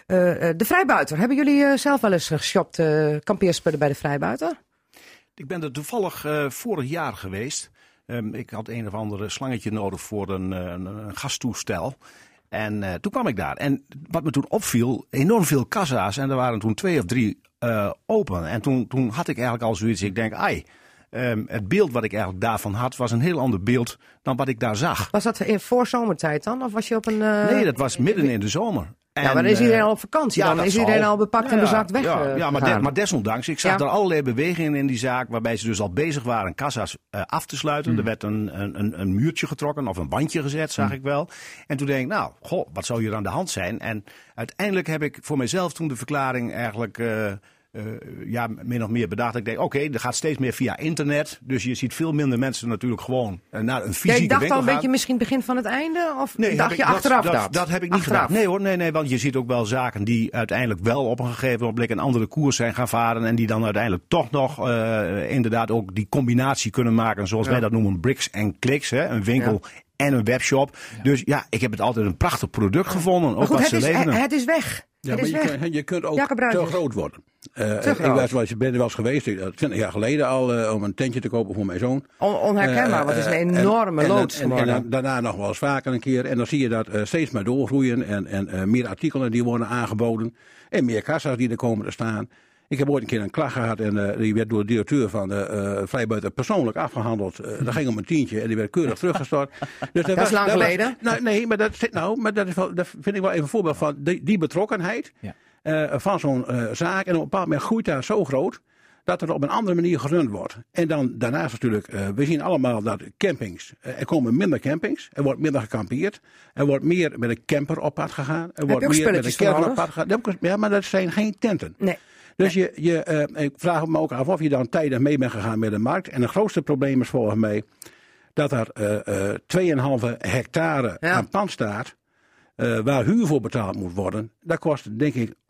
Speaker 1: De Vrijbuiter, hebben jullie zelf wel eens geshopt kampeerspullen bij de Vrijbuiter?
Speaker 11: Ik ben er toevallig vorig jaar geweest. Ik had een of andere slangetje nodig voor een gastoestel. En toen kwam ik daar. En wat me toen opviel, enorm veel kassa's. En er waren toen 2 of 3 open. En toen had ik eigenlijk al zoiets. Ik denk, het beeld wat ik eigenlijk daarvan had, was een heel ander beeld dan wat ik daar zag.
Speaker 1: Was dat voor zomertijd dan? Of was je op een...
Speaker 11: Nee, dat was midden in de zomer.
Speaker 1: Ja, maar dan is iedereen al op vakantie. Dan is iedereen al bepakt en bezakt weg.
Speaker 11: Maar desondanks, ik zag er allerlei bewegingen in die zaak, waarbij ze dus al bezig waren kassa's af te sluiten. Er werd een muurtje getrokken of een bandje gezet, zag ik wel. En toen denk ik, nou, wat zou hier aan de hand zijn? En uiteindelijk heb ik voor mezelf toen de verklaring eigenlijk... min of meer bedacht. Ik denk, oké, er gaat steeds meer via internet. Dus je ziet veel minder mensen natuurlijk gewoon naar een fysieke winkel gaan.
Speaker 1: Je dacht al een beetje misschien begin van het einde? Of dacht je achteraf
Speaker 11: dat heb ik niet gedaan. Nee hoor, nee, want je ziet ook wel zaken die uiteindelijk wel op een gegeven moment een andere koers zijn gaan varen. En die dan uiteindelijk toch nog inderdaad ook die combinatie kunnen maken. Zoals wij dat noemen, bricks en clicks. Hè? Een winkel en een webshop. Ja. Dus ja, ik heb het altijd een prachtig product gevonden.
Speaker 1: Maar
Speaker 11: ook
Speaker 1: goed, het is weg.
Speaker 10: Ja, maar je kunt ook te groot worden. Ik ben er wel eens geweest, 20 jaar geleden al, om een tentje te kopen voor mijn zoon.
Speaker 1: Onherkenbaar, want het is een enorme loods.
Speaker 10: En daarna nog wel eens vaker een keer. En dan zie je dat steeds maar doorgroeien en meer artikelen die worden aangeboden. En meer kassa's die er komen te staan. Ik heb ooit een keer een klacht gehad en die werd door de directeur van de Vrijbuiter persoonlijk afgehandeld. Dat ging om een tientje en die werd keurig teruggestort. Dus
Speaker 1: dat is lang geleden?
Speaker 10: Dat vind ik wel even een voorbeeld van die betrokkenheid van zo'n zaak. En op een bepaald moment groeit daar zo groot dat er op een andere manier gerund wordt. En dan daarnaast natuurlijk, we zien allemaal dat campings, er komen minder campings, er wordt minder gekampeerd, er wordt meer met een camper op pad gegaan, er wordt meer met een camper op pad gegaan. Ja, maar dat zijn geen tenten.
Speaker 1: Nee.
Speaker 10: Dus ik vraag me ook af of je dan tijdig mee bent gegaan met de markt. En het grootste probleem is volgens mij dat er 2,5 hectare aan pand staat. Waar huur voor betaald moet worden. Dat kost denk ik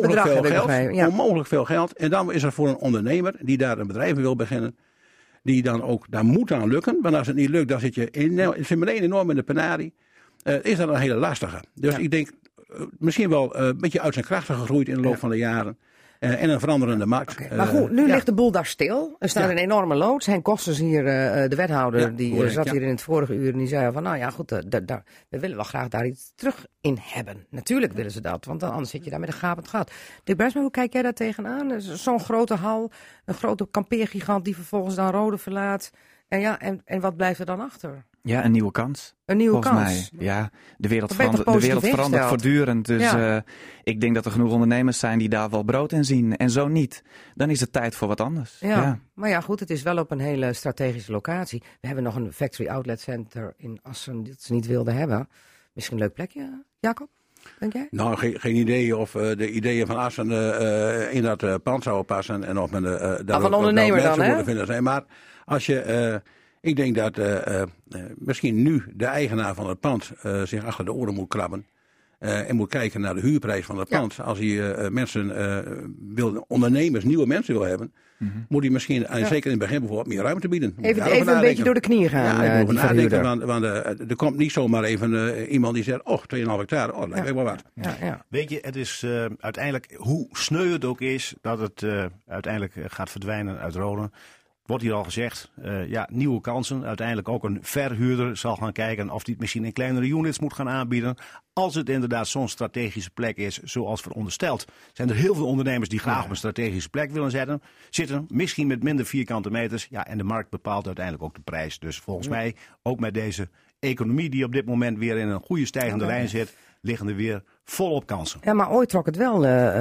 Speaker 10: onmogelijk veel geld. En dan is er voor een ondernemer die daar een bedrijf wil beginnen. Die dan ook, daar moet aan lukken. Want als het niet lukt, dan zit je meteen enorm in de penarie. Is dat een hele lastige. Dus ik denk misschien wel een beetje uit zijn krachten gegroeid in de loop van de jaren. En een veranderende markt.
Speaker 1: Maar goed, nu ligt de boel daar stil. Er staat een enorme loods. Henk Kosters hier, de wethouder, die zat hier in het vorige uur. En die zei van, nou ja, goed, we willen wel graag daar iets terug in hebben. Natuurlijk willen ze dat, want anders zit je daar met een gapend gat. Dick Bruinsma, hoe kijk jij daar tegenaan? Zo'n grote hal, een grote kampeergigant die vervolgens dan Rode verlaat. En wat blijft er dan achter?
Speaker 3: Ja, een nieuwe kans.
Speaker 1: Een nieuwe kans?
Speaker 3: Mij. Ja, de wereld verandert voortdurend. Dus ik denk dat er genoeg ondernemers zijn die daar wel brood in zien. En zo niet. Dan is het tijd voor wat anders.
Speaker 1: Ja. Maar ja, goed, het is wel op een hele strategische locatie. We hebben nog een factory outlet center in Assen dat ze niet wilden hebben. Misschien een leuk plekje, Jacob? Denk jij?
Speaker 10: Nou, geen idee of de ideeën van Assen in dat pand zouden passen. En of men daar
Speaker 1: van ondernemer dan, hè?
Speaker 10: Vinden zijn. Maar als je... ik denk dat misschien nu de eigenaar van het pand zich achter de oren moet krabben. En moet kijken naar de huurprijs van het pand. Als hij ondernemers, nieuwe mensen wil hebben, moet hij misschien, zeker in het begin bijvoorbeeld, meer ruimte bieden.
Speaker 1: Even een beetje door de knieën gaan.
Speaker 10: Ja, ik moet nadenken, want er komt niet zomaar even iemand die zegt, 2,5 hectare, lijkt me wel wat.
Speaker 11: Ja. Weet je, het is uiteindelijk, hoe sneu het ook is, dat het uiteindelijk gaat verdwijnen uit Roden. Wordt hier al gezegd, nieuwe kansen. Uiteindelijk ook een verhuurder zal gaan kijken of die het misschien in kleinere units moet gaan aanbieden. Als het inderdaad zo'n strategische plek is, zoals verondersteld. Zijn er heel veel ondernemers die graag op een strategische plek willen zitten. Misschien met minder vierkante meters. Ja, en de markt bepaalt uiteindelijk ook de prijs. Dus volgens mij, ook met deze economie die op dit moment weer in een goede stijgende lijn zit, liggen er weer volop kansen.
Speaker 1: Ja, maar ooit trok het wel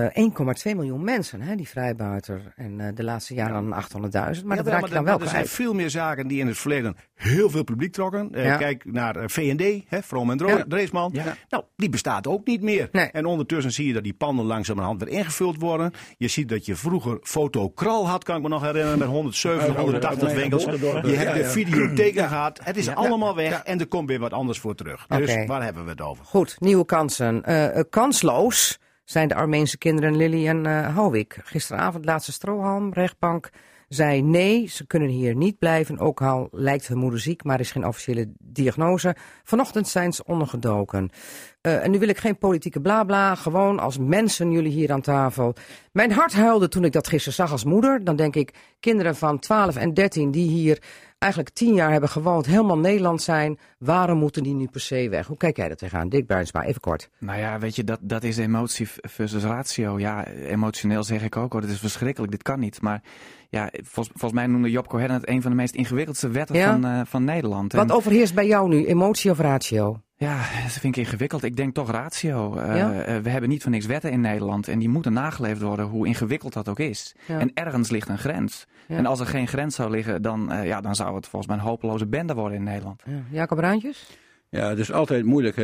Speaker 1: 1,2 miljoen mensen, hè, die Vrijbuiter. En de laatste jaren 800.000. Maar dat raak je dan wel
Speaker 11: er zijn veel meer zaken die in het verleden heel veel publiek trokken. Kijk naar V&D, Vroom en Dreesman. Ja. Nou, die bestaat ook niet meer. Nee. En ondertussen zie je dat die panden langzamerhand weer ingevuld worden. Je ziet dat je vroeger Fotokral had, kan ik me nog herinneren, met 170, 180 winkels. Je hebt de videotheken gehad. Het is allemaal weg en er komt weer wat anders voor terug. Dus waar hebben we het over?
Speaker 1: Goed, nieuwe kansen. Kansloos zijn de Armeense kinderen Lily en Houwik. Gisteravond laatste strohalm, rechtbank zei nee, ze kunnen hier niet blijven. Ook al lijkt hun moeder ziek, maar is geen officiële diagnose. Vanochtend zijn ze ondergedoken. En nu wil ik geen politieke blabla, gewoon als mensen jullie hier aan tafel. Mijn hart huilde toen ik dat gisteren zag als moeder. Dan denk ik, kinderen van 12 en 13 die hier eigenlijk 10 jaar hebben gewoond, helemaal Nederland zijn. Waarom moeten die nu per se weg? Hoe kijk jij dat tegenaan? Dick Bruinsma, even kort.
Speaker 3: Nou ja, weet je, dat is emotie versus ratio. Ja, emotioneel zeg ik ook, dit is verschrikkelijk, dit kan niet. Maar ja, volgens mij noemde Job Cohen het een van de meest ingewikkeldste wetten van Nederland.
Speaker 1: Wat overheerst bij jou nu, emotie of ratio?
Speaker 3: Ja, dat vind ik ingewikkeld. Ik denk toch ratio. We hebben niet voor niks wetten in Nederland en die moeten nageleefd worden, hoe ingewikkeld dat ook is. Ja. En ergens ligt een grens. Ja. En als er geen grens zou liggen, dan zou het volgens mij een hopeloze bende worden in Nederland.
Speaker 1: Ja. Jacob Bruintjes?
Speaker 10: Ja, het is altijd moeilijk.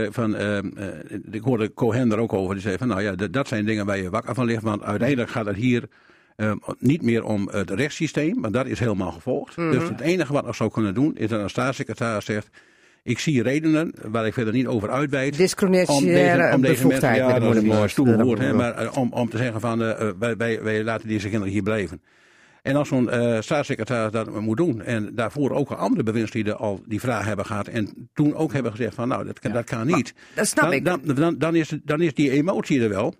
Speaker 10: Ik hoorde Cohen er ook over. Die zei van, dat zijn dingen waar je wakker van ligt. Want uiteindelijk gaat het hier niet meer om het rechtssysteem. Want dat is helemaal gevolgd. Mm-hmm. Dus het enige wat nog zou kunnen doen, is dat een staatssecretaris zegt, ik zie redenen waar ik verder niet over uitweid.
Speaker 1: Discretionaire bevoegdheid.
Speaker 10: Om te zeggen van, wij laten deze kinderen hier blijven. En als zo'n staatssecretaris dat moet doen, en daarvoor ook al andere bewindslieden al die vraag hebben gehad, en toen ook hebben gezegd van, dat kan niet.
Speaker 1: Dat snap ik.
Speaker 10: Dan is die emotie er wel.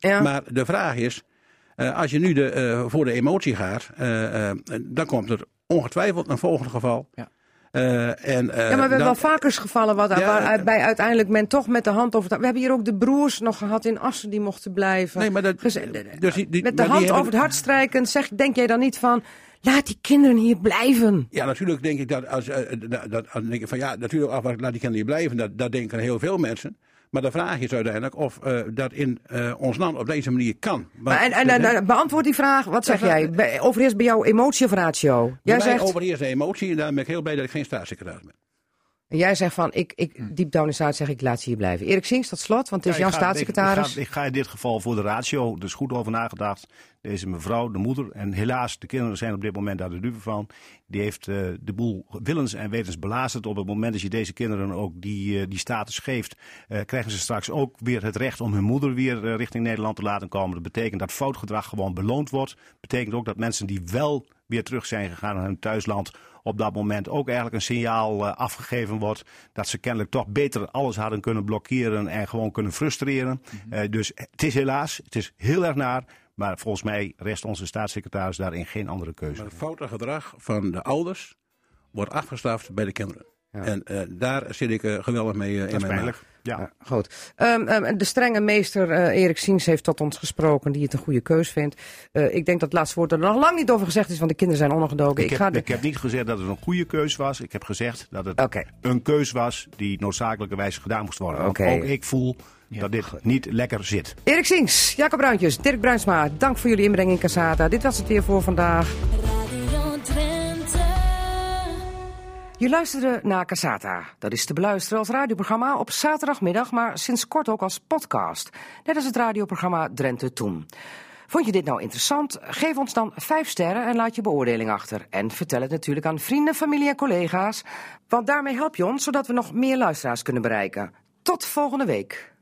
Speaker 1: Ja.
Speaker 10: Maar de vraag is, als je nu voor de emotie gaat, dan komt er ongetwijfeld een volgend geval.
Speaker 1: Ja. Maar we hebben wel vaker gevallen waarbij uiteindelijk men toch met de hand over het... We hebben hier ook de broers nog gehad in Assen die mochten blijven.
Speaker 10: Nee, maar
Speaker 1: met de hand over het hart strijken, denk jij dan niet van... Laat die kinderen hier blijven.
Speaker 10: Ja, natuurlijk denk ik dat natuurlijk, laat die kinderen hier blijven. Dat denken heel veel mensen. Maar de vraag is uiteindelijk of dat in ons land op deze manier kan.
Speaker 1: Beantwoord die vraag. Wat zeg jij? Overheerst bij jou emotie of ratio?
Speaker 10: Jij zegt overheerst de emotie en daar ben ik heel blij dat ik geen staatssecretaris ben.
Speaker 1: En jij zegt van, diep down inside zeg ik laat ze hier blijven. Erik Singst, tot slot, want het is jouw staatssecretaris.
Speaker 11: Ik ga in dit geval voor de ratio, dus goed over nagedacht. Deze mevrouw, de moeder, en helaas, de kinderen zijn op dit moment daar de dupe van. Die heeft de boel willens en wetens belazerd. Op het moment dat je deze kinderen ook die status geeft, krijgen ze straks ook weer het recht om hun moeder weer richting Nederland te laten komen. Dat betekent dat fout gedrag gewoon beloond wordt. Dat betekent ook dat mensen die wel weer terug zijn gegaan naar hun thuisland, op dat moment ook eigenlijk een signaal afgegeven wordt dat ze kennelijk toch beter alles hadden kunnen blokkeren en gewoon kunnen frustreren. Dus het is helaas, het is heel erg naar, maar volgens mij rest onze staatssecretaris daarin geen andere keuze.
Speaker 10: Maar het foute gedrag van de ouders wordt afgestraft bij de kinderen. Ja. En daar zit ik geweldig mee in mijn maag.
Speaker 1: Ja, goed. De strenge meester Erik Singst heeft tot ons gesproken, die het een goede keus vindt. Ik denk dat het laatste woord er nog lang niet over gezegd is, want de kinderen zijn ondergedoken.
Speaker 11: Ik heb niet gezegd dat het een goede keus was. Ik heb gezegd dat het een keus was die noodzakelijkerwijs gedaan moest worden. Ook ik voel dat dit niet lekker zit.
Speaker 1: Erik Singst, Jacob Bruintjes, Dirk Bruinsma, dank voor jullie inbreng in Cassata. Dit was het weer voor vandaag. Je luisterde naar Cassata. Dat is te beluisteren als radioprogramma op zaterdagmiddag, maar sinds kort ook als podcast. Net als het radioprogramma Drenthe Toen. Vond je dit nou interessant? Geef ons dan 5 sterren en laat je beoordeling achter. En vertel het natuurlijk aan vrienden, familie en collega's. Want daarmee help je ons, zodat we nog meer luisteraars kunnen bereiken. Tot volgende week.